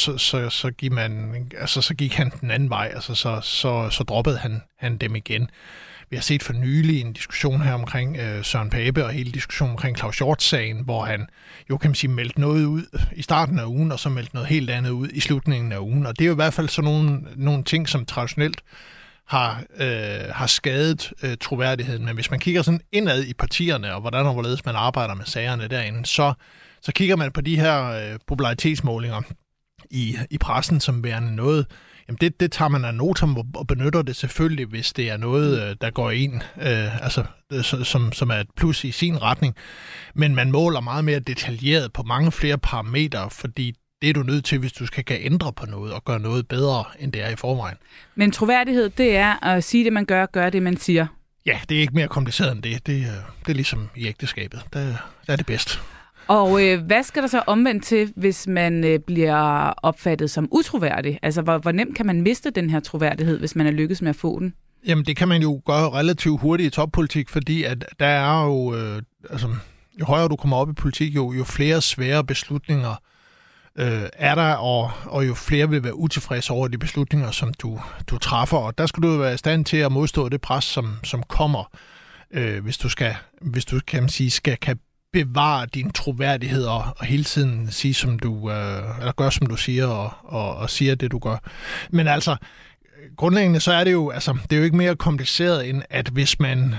så gik han den anden vej, altså så droppede han dem igen. Vi har set for nylig en diskussion her omkring Søren Pape og hele diskussionen omkring Claus Hjort-sagen, hvor han jo kan man sige meldte noget ud i starten af ugen, og så meldte noget helt andet ud i slutningen af ugen. Og det er jo i hvert fald sådan nogle ting, som traditionelt har skadet troværdigheden. Men hvis man kigger sådan indad i partierne, og hvordan og hvorledes man arbejder med sagerne derinde, så kigger man på de her popularitetsmålinger i pressen som værende noget. Jamen det tager man af notam og benytter det selvfølgelig, hvis det er noget, der går ind, som er et plus i sin retning. Men man måler meget mere detaljeret på mange flere parametre, fordi det er du nødt til, hvis du skal ændre på noget og gøre noget bedre, end det er i forvejen. Men troværdighed, det er at sige det, man gør det, man siger. Ja, det er ikke mere kompliceret end det. Det er ligesom i ægteskabet. Der er det bedst. Og hvad skal der så omvendt til, hvis man bliver opfattet som utroværdig? Altså, hvor nemt kan man miste den her troværdighed, hvis man er lykkes med at få den? Jamen, det kan man jo gøre relativt hurtigt i toppolitik, fordi at der er jo, jo højere du kommer op i politik, jo flere svære beslutninger er der, og jo flere vil være utilfredse over de beslutninger, som du træffer. Og der skal du være i stand til at modstå det pres, som kommer, hvis du kan bevare din troværdighed og hele tiden sige, eller gøre, som du siger, og siger det, du gør. Men altså, grundlæggende så er det jo, altså, det er jo ikke mere kompliceret, end at hvis man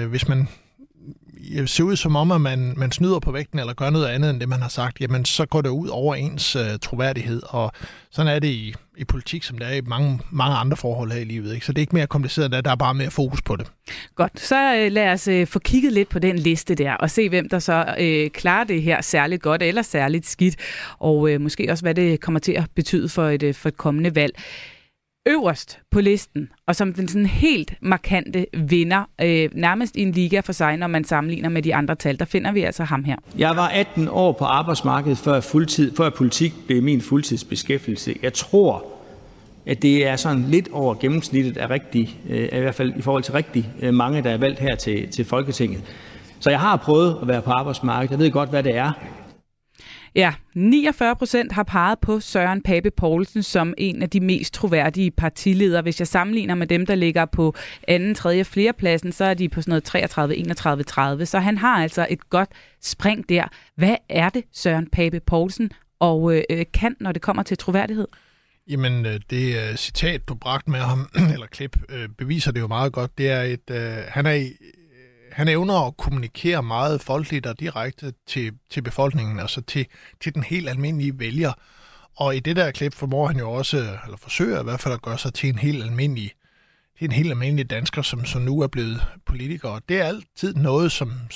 ser ud som om, at man snyder på vægten eller gør noget andet end det, man har sagt, jamen så går det ud over ens troværdighed, og sådan er det i politik, som det er i mange andre forhold her i livet. Ikke? Så det er ikke mere kompliceret, der er bare mere fokus på det.
Godt, så lad os få kigget lidt på den liste der, og se hvem der så klarer det her særligt godt eller særligt skidt, og måske også, hvad det kommer til at betyde for et kommende valg. Øverst på listen, og som den sådan helt markante vinder, nærmest i en liga for sig, når man sammenligner med de andre tal, der finder vi altså ham her.
Jeg var 18 år på arbejdsmarkedet før politik blev min fuldtidsbeskæftigelse. Jeg tror, at det er sådan lidt over gennemsnittet af rigtig, i hvert fald i forhold til rigtig mange, der er valgt her til Folketinget. Så jeg har prøvet at være på arbejdsmarkedet. Jeg ved godt, hvad det er.
Ja, 49% har peget på Søren Pape Poulsen som en af de mest troværdige partiledere. Hvis jeg sammenligner med dem, der ligger på 2., 3. og 4. pladsen, så er de på sådan noget 33, 31, 30. Så han har altså et godt spring der. Hvad er det, Søren Pape Poulsen og kan, når det kommer til troværdighed?
Jamen, det citat, du bragte med ham, eller klip, beviser det jo meget godt. Det er han evner at kommunikere meget folkeligt og direkte til befolkningen, altså til den helt almindelige vælger. Og i det der klip formår han jo også, eller forsøger i hvert fald at gøre sig til en helt almindelig dansker, som nu er blevet politiker. Og det er altid noget,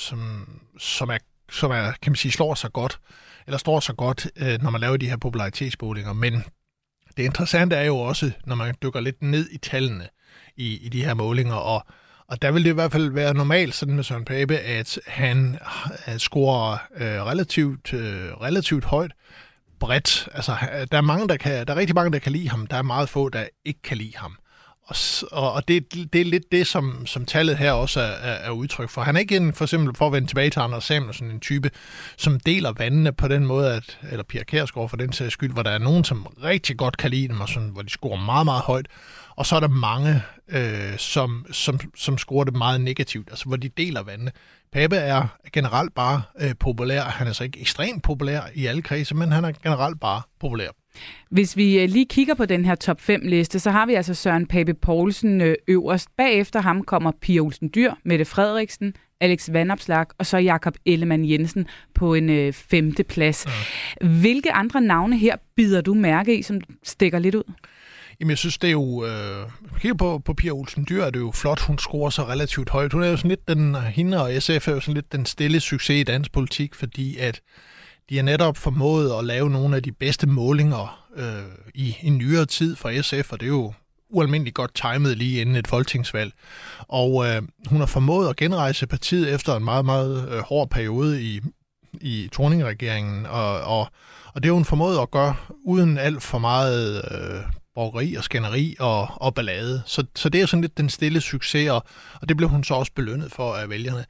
som er, kan man sige, står så godt, når man laver de her popularitetsmålinger. Men det interessante er jo også, når man dykker lidt ned i tallene i de her målinger, og der vil det i hvert fald være normalt sådan med Søren Pape, at han scorer relativt højt, bredt. Altså, der er rigtig mange, der kan lide ham. Der er meget få, der ikke kan lide ham. Og det er lidt det, som tallet her også er udtryk for. Han er ikke for eksempel, for at vende tilbage til Anders Samuelsen, en type, som deler vandene på den måde, eller Pia Kjærsgaard for den sags skyld, hvor der er nogen, som rigtig godt kan lide dem, og sådan, hvor de scorer meget, meget højt. Og så er der mange, som scorer det meget negativt, altså hvor de deler vandene. Pape er generelt bare populær. Han er så ikke ekstremt populær i alle kredse, men han er generelt bare populær.
Hvis vi lige kigger på den her top 5-liste, så har vi altså Søren Pape Poulsen øverst. Bagefter ham kommer Pia Olsen Dyhr, Mette Frederiksen, Alex Vanopslagh og så Jakob Ellemann-Jensen på en 5. plads. Ja. Hvilke andre navne her bider du mærke i, som stikker lidt ud?
Jamen, jeg synes, det er jo... kigger på Pia Olsen Dyhr, er det jo flot, hun scorer så relativt højt. Hun er jo sådan lidt hende og SF er jo sådan lidt den stille succes i dansk politik, fordi at de har netop formået at lave nogle af de bedste målinger i nyere tid for SF, og det er jo ualmindeligt godt timet lige inden et folketingsvalg. Og hun har formået at genrejse partiet efter en meget, meget hård periode i Thorning-regeringen, og det har hun formået at gøre uden alt for meget borgeri og skænderi og ballade. Så det er sådan lidt den stille succes, og det blev hun så også belønnet for af vælgerne.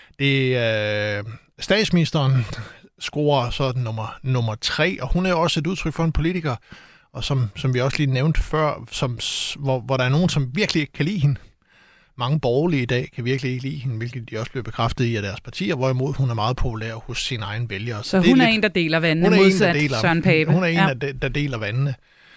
Statsministeren scorer så nummer 3, og hun er jo også et udtryk for en politiker, og som vi også lige nævnte før, hvor der er nogen, som virkelig ikke kan lide hende. Mange borgerlige i dag kan virkelig ikke lide hende, hvilket de også bliver bekræftet i af deres partier, hvorimod hun er meget populær hos sine egne vælgere.
Så hun er en, der deler vandene, modsat Søren Pape.
Hun er en, der deler vandene.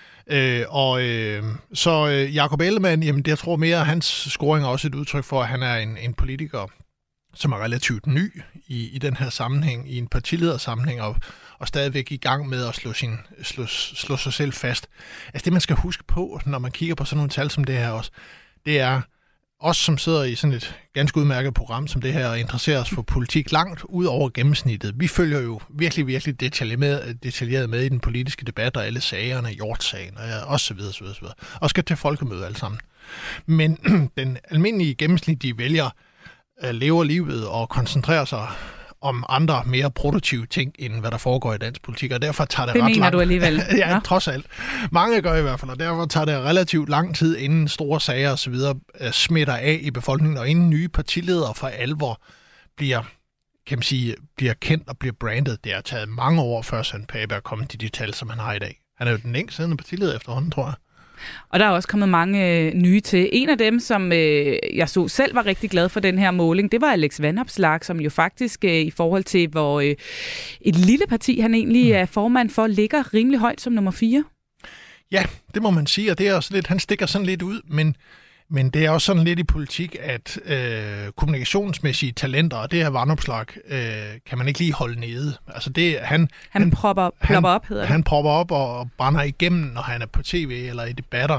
Så Jakob Ellemann, jamen jeg tror mere, at hans scoring er også et udtryk for, at han er en politiker, som er relativt ny i den her sammenhæng, i en partiledersammenhæng, og stadigvæk i gang med at slå sig selv fast. Altså det, man skal huske på, når man kigger på sådan nogle tal som det her også, det er os, som sidder i sådan et ganske udmærket program som det her, og interesserer os for politik langt ud over gennemsnittet. Vi følger jo virkelig, virkelig detaljeret med i den politiske debat, og alle sagerne, Hjort-sagen, og så videre, så videre, og skal til folkemøde alle sammen. Men den almindelige gennemsnitlige vælger lever livet og koncentrerer sig om andre mere produktive ting, end hvad der foregår i dansk politik, og derfor tager det ret lang tid. Det mener du
alligevel?
Ja, trods alt. Mange gør i hvert fald, og derfor tager det relativt lang tid, inden store sager og så videre smitter af i befolkningen, og inden nye partiledere for alvor bliver kendt og bliver brandet. Det har taget mange år, før Søren Pape er kommet til de tal, som han har i dag. Han er jo den længst siddende partileder efterhånden, tror jeg.
Og der er også kommet mange nye til. En af dem, som jeg så selv var rigtig glad for den her måling, det var Alex Vanopslagh, som jo faktisk i forhold til, hvor et lille parti han egentlig er formand for, ligger rimelig højt som nummer 4.
Ja, det må man sige, og det er også lidt, han stikker sådan lidt ud, men det er også sådan lidt i politik, at kommunikationsmæssige talenter, og det her Vanopslagh, kan man ikke lige holde nede. Altså det, han
plopper op, hedder det.
Han propper op og brænder igennem, når han er på tv eller i debatter.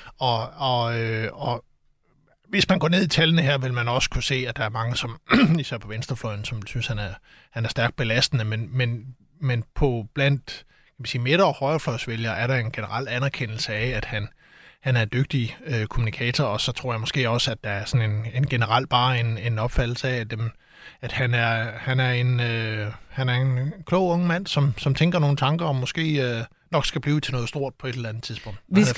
Og hvis man går ned i tallene her, vil man også kunne se, at der er mange, som især på venstrefløjen, som synes, han er stærkt belastende, men på blandt midter- og højrefløjsvælgere er der en generel anerkendelse af, at han er en dygtig kommunikator, og så tror jeg måske også, at der er sådan en generelt bare en opfattelse af, at han er en klog ung mand, som tænker nogle tanker, og måske nok skal blive til noget stort på et eller andet tidspunkt.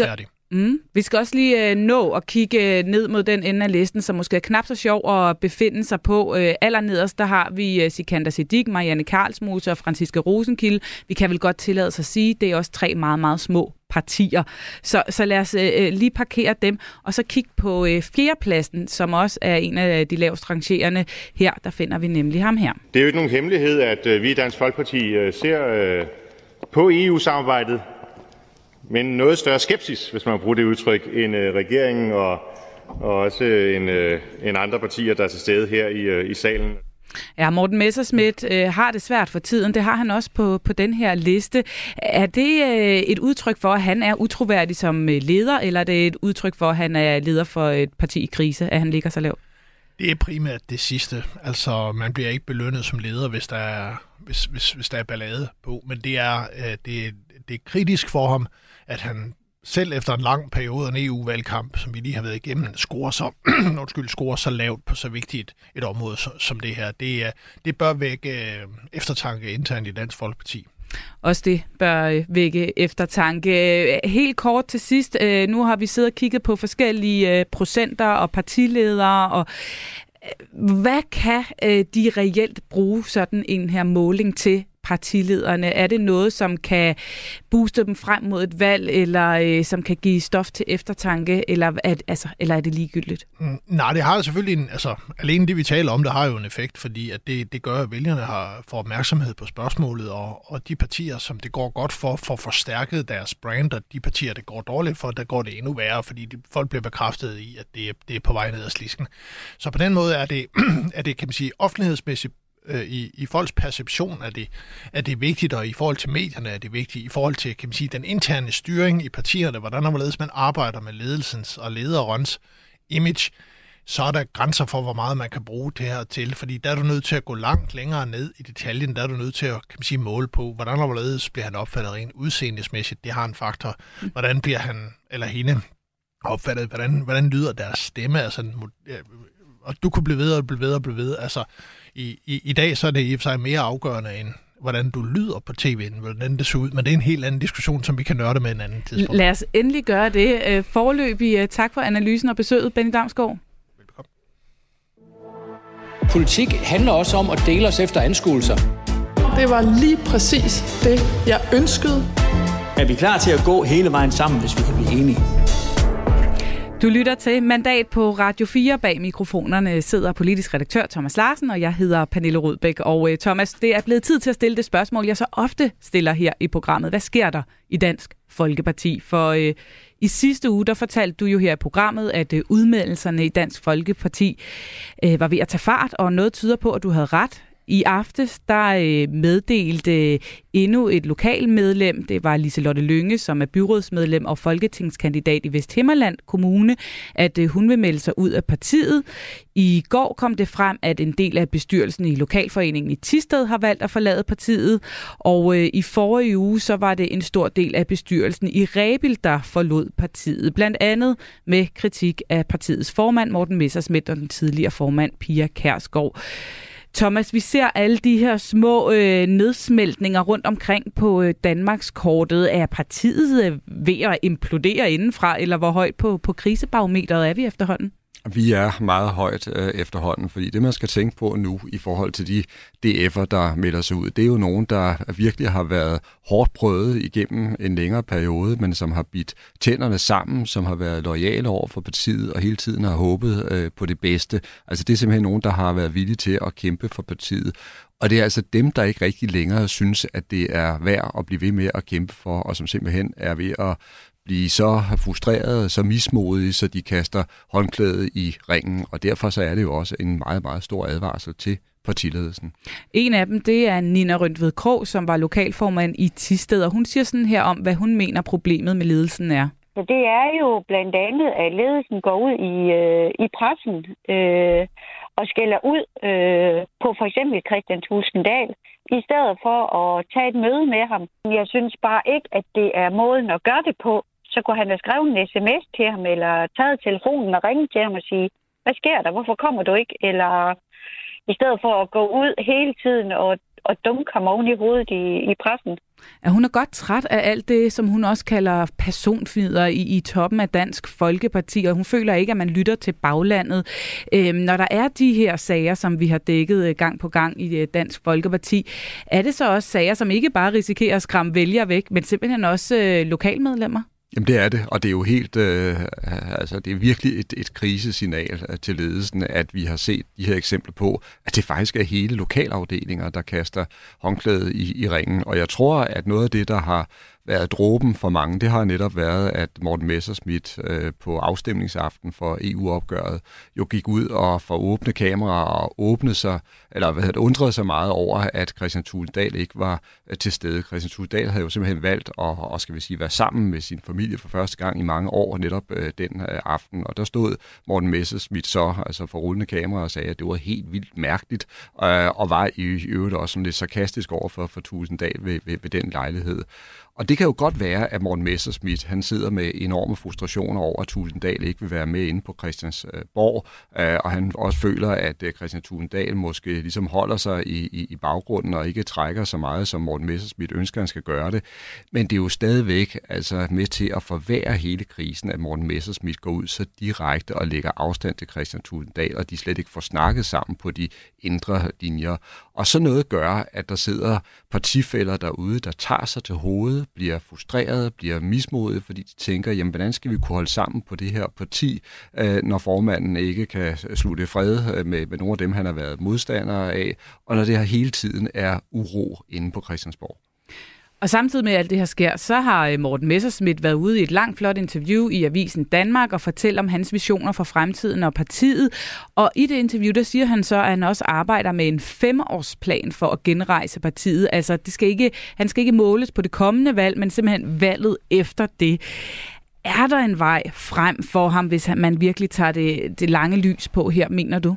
Vi skal også lige nå at kigge ned mod den ende af listen, som måske er knap så sjov at befinde sig på. Allernederst, der har vi Sikander Siddique, Marianne Karlsmose og Franciska Rosenkilde. Vi kan vel godt tillade os at sige, det er også 3 meget, meget små partier. Så lad os lige parkere dem, og så kigge på fjerdepladsen, som også er en af de lavest rangerende. Her, der finder vi nemlig ham her.
Det er jo ikke nogen hemmelighed, at vi i Dansk Folkeparti ser på EU-samarbejdet men noget større skepsis, hvis man bruger det udtryk, end regeringen og også end andre partier, der er til stede her i salen.
Ja, Morten Messerschmidt har det svært for tiden. Det har han også på den her liste. Er det et udtryk for, at han er utroværdig som leder, eller er det et udtryk for, at han er leder for et parti i krise, at han ligger så lavt?
Det er primært det sidste. Altså, man bliver ikke belønnet som leder, hvis der er ballade på. Men det er kritisk for ham, at han selv efter en lang periode af en EU-valgkamp, som vi lige har været igennem, scorer så lavt på så vigtigt et område som det her. Det bør vække eftertanke internt i Dansk Folkeparti.
Også det bør vække eftertanke. Helt kort til sidst. Nu har vi siddet og kigget på forskellige procenter og partiledere, og hvad kan de reelt bruge sådan en her måling til, partilederne? Er det noget, som kan booste dem frem mod et valg, eller som kan give stof til eftertanke, eller er det ligegyldigt?
Nej, det har jo selvfølgelig alene det, vi taler om, det har jo en effekt, fordi at det gør, at vælgerne får opmærksomhed på spørgsmålet, og de partier, som det går godt for forstærket deres brand, og de partier, det går dårligt for, der går det endnu værre, fordi folk bliver bekræftet i, at det er på vej ned ad slisken. Så på den måde er det kan man sige, offentlighedsmæssigt i folks perception er det vigtigt, og i forhold til medierne er det vigtigt, i forhold til, kan man sige, den interne styring i partierne, hvordan og hvorledes man arbejder med ledelsens og lederens image, så er der grænser for, hvor meget man kan bruge det her til, fordi der er du nødt til at gå langt længere ned i detaljen, der er du nødt til at, kan man sige, måle på, hvordan og hvorledes bliver han opfattet rent udseendesmæssigt, det har en faktor, hvordan bliver han eller hende opfattet, hvordan lyder deres stemme, og du kunne blive ved og blive ved og blive ved, I dag så er det i og for sig mere afgørende end hvordan du lyder på tv'en, hvordan det ser ud, men det er en helt anden diskussion, som vi kan nørde med en anden tidspunkt.
Lad os endelig gøre det. Foreløbig tak for analysen og besøget, Benny Damsgaard.
Velbekomme.
Politik handler også om at dele os efter anskuelser.
Det var lige præcis det, jeg ønskede.
Er vi klar til at gå hele vejen sammen, hvis vi kan blive enige?
Du lytter til Mandat på Radio 4. Bag mikrofonerne sidder politisk redaktør Thomas Larsen, og jeg hedder Pernille Rudbæk. Og Thomas, det er blevet tid til at stille det spørgsmål, jeg så ofte stiller her i programmet. Hvad sker der i Dansk Folkeparti? For i sidste uge, der fortalte du jo her i programmet, at udmeldelserne i Dansk Folkeparti var ved at tage fart, og noget tyder på, at du havde ret. I aftes, der meddelte endnu et lokalmedlem, det var Liselotte Lynge, som er byrådsmedlem og folketingskandidat i Vesthimmerland Kommune, at hun vil melde sig ud af partiet. I går kom det frem, at en del af bestyrelsen i Lokalforeningen i Thisted har valgt at forlade partiet, og i forrige uge, så var det en stor del af bestyrelsen i Rebild, der forlod partiet, blandt andet med kritik af partiets formand Morten Messerschmidt og den tidligere formand Pia Kjærsgaard. Thomas, vi ser alle de her små nedsmeltninger rundt omkring på Danmarkskortet. Er partiet ved at implodere indenfra, eller hvor højt på krisebarometeret er vi efterhånden?
Vi er meget højt efterhånden, fordi det, man skal tænke på nu i forhold til de DF'er, der melder sig ud, det er jo nogen, der virkelig har været hårdt prøvet igennem en længere periode, men som har bidt tænderne sammen, som har været loyale over for partiet og hele tiden har håbet på det bedste. Altså det er simpelthen nogen, der har været villige til at kæmpe for partiet. Og det er altså dem, der ikke rigtig længere synes, at det er værd at blive ved med at kæmpe for, og som simpelthen er ved at blive så frustrerede, så mismodige, så de kaster håndklædet i ringen. Og derfor så er det jo også en meget, meget stor advarsel til partiledelsen. En af dem, det er Nina Røntved Krog, som var lokalformand i Thisted, og hun siger sådan her om, hvad hun mener problemet med ledelsen er.
Så det er jo blandt andet, at ledelsen går ud i pressen og skælder ud på for eksempel Kristian Thulesen Dahl, i stedet for at tage et møde med ham. Jeg synes bare ikke, at det er måden at gøre det på. Så kunne han have skrevet en sms til ham, eller taget telefonen og ringet til ham og sige, hvad sker der? Hvorfor kommer du ikke? Eller i stedet for at gå ud hele tiden og dunke ham oven i hovedet i pressen.
Ja, hun er godt træt af alt det, som hun også kalder personfnider i toppen af Dansk Folkeparti, og hun føler ikke, at man lytter til baglandet. Når der er de her sager, som vi har dækket gang på gang i Dansk Folkeparti, er det så også sager, som ikke bare risikerer at skræmme vælgere væk, men simpelthen også lokalmedlemmer? Jamen det er det, og det er jo helt, det er virkelig et krisesignal til ledelsen, at vi har set de her eksempler på, at det faktisk er hele lokalafdelinger, der kaster håndklædet i ringen. Og jeg tror, at noget af det, der har været dråben for mange, det har netop været, at Morten Messerschmidt på afstemningsaften for EU-opgøret jo gik ud og for åbne kameraer og undrede sig meget over, at Kristian Thulesen Dahl ikke var til stede. Kristian Thulesen Dahl havde jo simpelthen valgt at være sammen med sin familie for første gang i mange år, netop den aften. Og der stod Morten Messerschmidt så for rullende kameraer og sagde, at det var helt vildt mærkeligt, og var i øvrigt også lidt sarkastisk over for Thulesen Dahl ved den lejlighed. Og det kan jo godt være, at Morten Messerschmidt, han sidder med enorme frustrationer over, at Thulesen Dahl ikke vil være med inde på Christiansborg, og han også føler, at Kristian Thulesen Dahl måske ligesom holder sig i baggrunden og ikke trækker så meget, som Morten Messerschmidt ønsker, han skal gøre det. Men det er jo stadigvæk med til at forværre hele krisen, at Morten Messerschmidt går ud så direkte og lægger afstand til Kristian Thulesen Dahl, og de slet ikke får snakket sammen på de indre linjer. Og så noget gør, at der sidder partifæller derude, der tager sig til hovedet, bliver frustrerede, bliver mismodige, fordi de tænker, jamen hvordan skal vi kunne holde sammen på det her parti, når formanden ikke kan slutte fred med nogle af dem, han har været modstandere af, og når det her hele tiden er uro inde på Christiansborg. Og samtidig med alt det her sker, så har Morten Messerschmidt været ude i et langt flot interview i Avisen Danmark og fortæller om hans visioner for fremtiden og partiet. Og i det interview, der siger han så, at han også arbejder med en 5-årsplan for at genrejse partiet. Altså, han skal ikke måles på det kommende valg, men simpelthen valget efter det. Er der en vej frem for ham, hvis man virkelig tager det lange lys på her, mener du?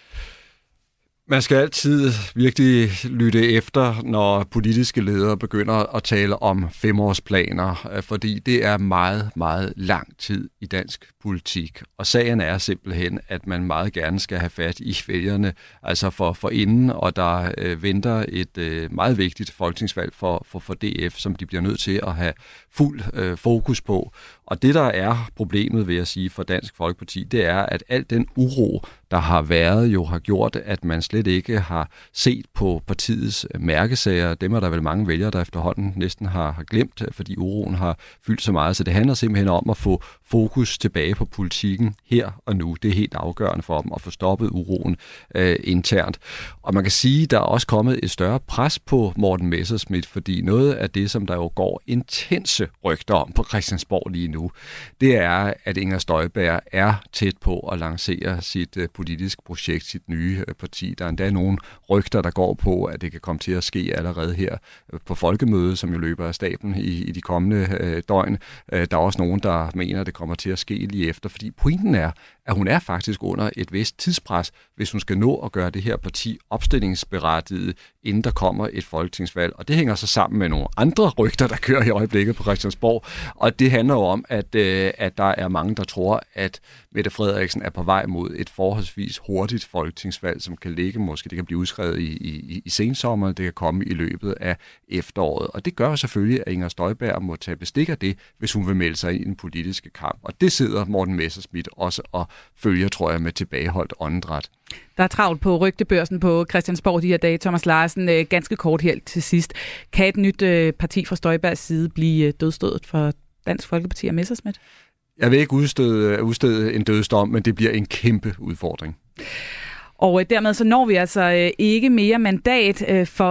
Man skal altid virkelig lytte efter, når politiske ledere begynder at tale om 5-årsplaner, fordi det er meget, meget lang tid i dansk politik. Og sagen er simpelthen, at man meget gerne skal have fat i vælgerne, altså for inden, og der venter et meget vigtigt folketingsvalg for DF, som de bliver nødt til at have fuld fokus på. Og det, der er problemet, vil jeg sige, for Dansk Folkeparti, det er, at al den uro, der har været, jo har gjort, at man slet ikke har set på partiets mærkesager. Dem er der vel mange vælgere, der efterhånden næsten har glemt, fordi uroen har fyldt så meget. Så det handler simpelthen om at få fokus tilbage på politikken her og nu. Det er helt afgørende for dem at få stoppet uroen internt. Og man kan sige, at der er også kommet et større pres på Morten Messerschmidt, fordi noget af det, som der jo går intense rygter om på Christiansborg lige nu, det er, at Inger Støjberg er tæt på at lancere sit politiske projekt, sit nye parti. Der er endda nogle rygter, der går på, at det kan komme til at ske allerede her på folkemødet, som jo løber af stablen i de kommende døgn. Der er også nogen, der mener, at det kommer til at ske lige efter, fordi pointen er, at hun er faktisk under et vist tidspres, hvis hun skal nå at gøre det her parti opstillingsberettiget, inden der kommer et folketingsvalg. Og det hænger så sammen med nogle andre rygter, der kører i øjeblikket på Christiansborg. Og det handler jo om, at der er mange, der tror, at Mette Frederiksen er på vej mod et forholdsvis hurtigt folketingsvalg, som kan ligge, måske det kan blive udskrevet i sensommeren, det kan komme i løbet af efteråret. Og det gør jo selvfølgelig, at Inger Støjberg må tage bestik af det, hvis hun vil melde sig ind i den politiske kamp. Og det sidder Morten Messerschmidt også og følger, tror jeg, med tilbageholdt åndedræt. Der er travlt på rygtebørsen på Christiansborg de her dage. Thomas Larsen, ganske kort her til sidst. Kan et nyt parti fra Støjbergs side blive dødsstødet for Dansk Folkeparti og Messerschmidt? Jeg vil ikke udstede en dødsdom, men det bliver en kæmpe udfordring. Og dermed så når vi altså ikke mere mandat for i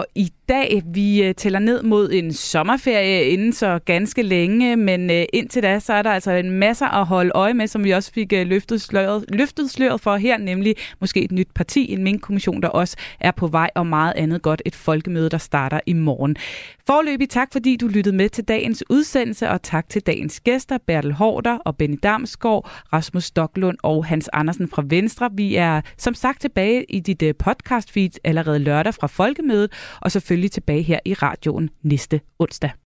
dag. Vi tæller ned mod en sommerferie inden så ganske længe, men indtil da, så er der altså en masse at holde øje med, som vi også fik løftet sløret for her, nemlig måske et nyt parti, en minkkommission, der også er på vej, og meget andet godt, et folkemøde, der starter i morgen. Foreløbig tak, fordi du lyttede med til dagens udsendelse, og tak til dagens gæster, Bertel Haarder og Benny Damsgaard, Rasmus Stoklund og Hans Andersen fra Venstre. Vi er som sagt tilbage i dit podcast feed allerede lørdag fra Folkemødet, og selvfølgelig tilbage her i radioen næste onsdag.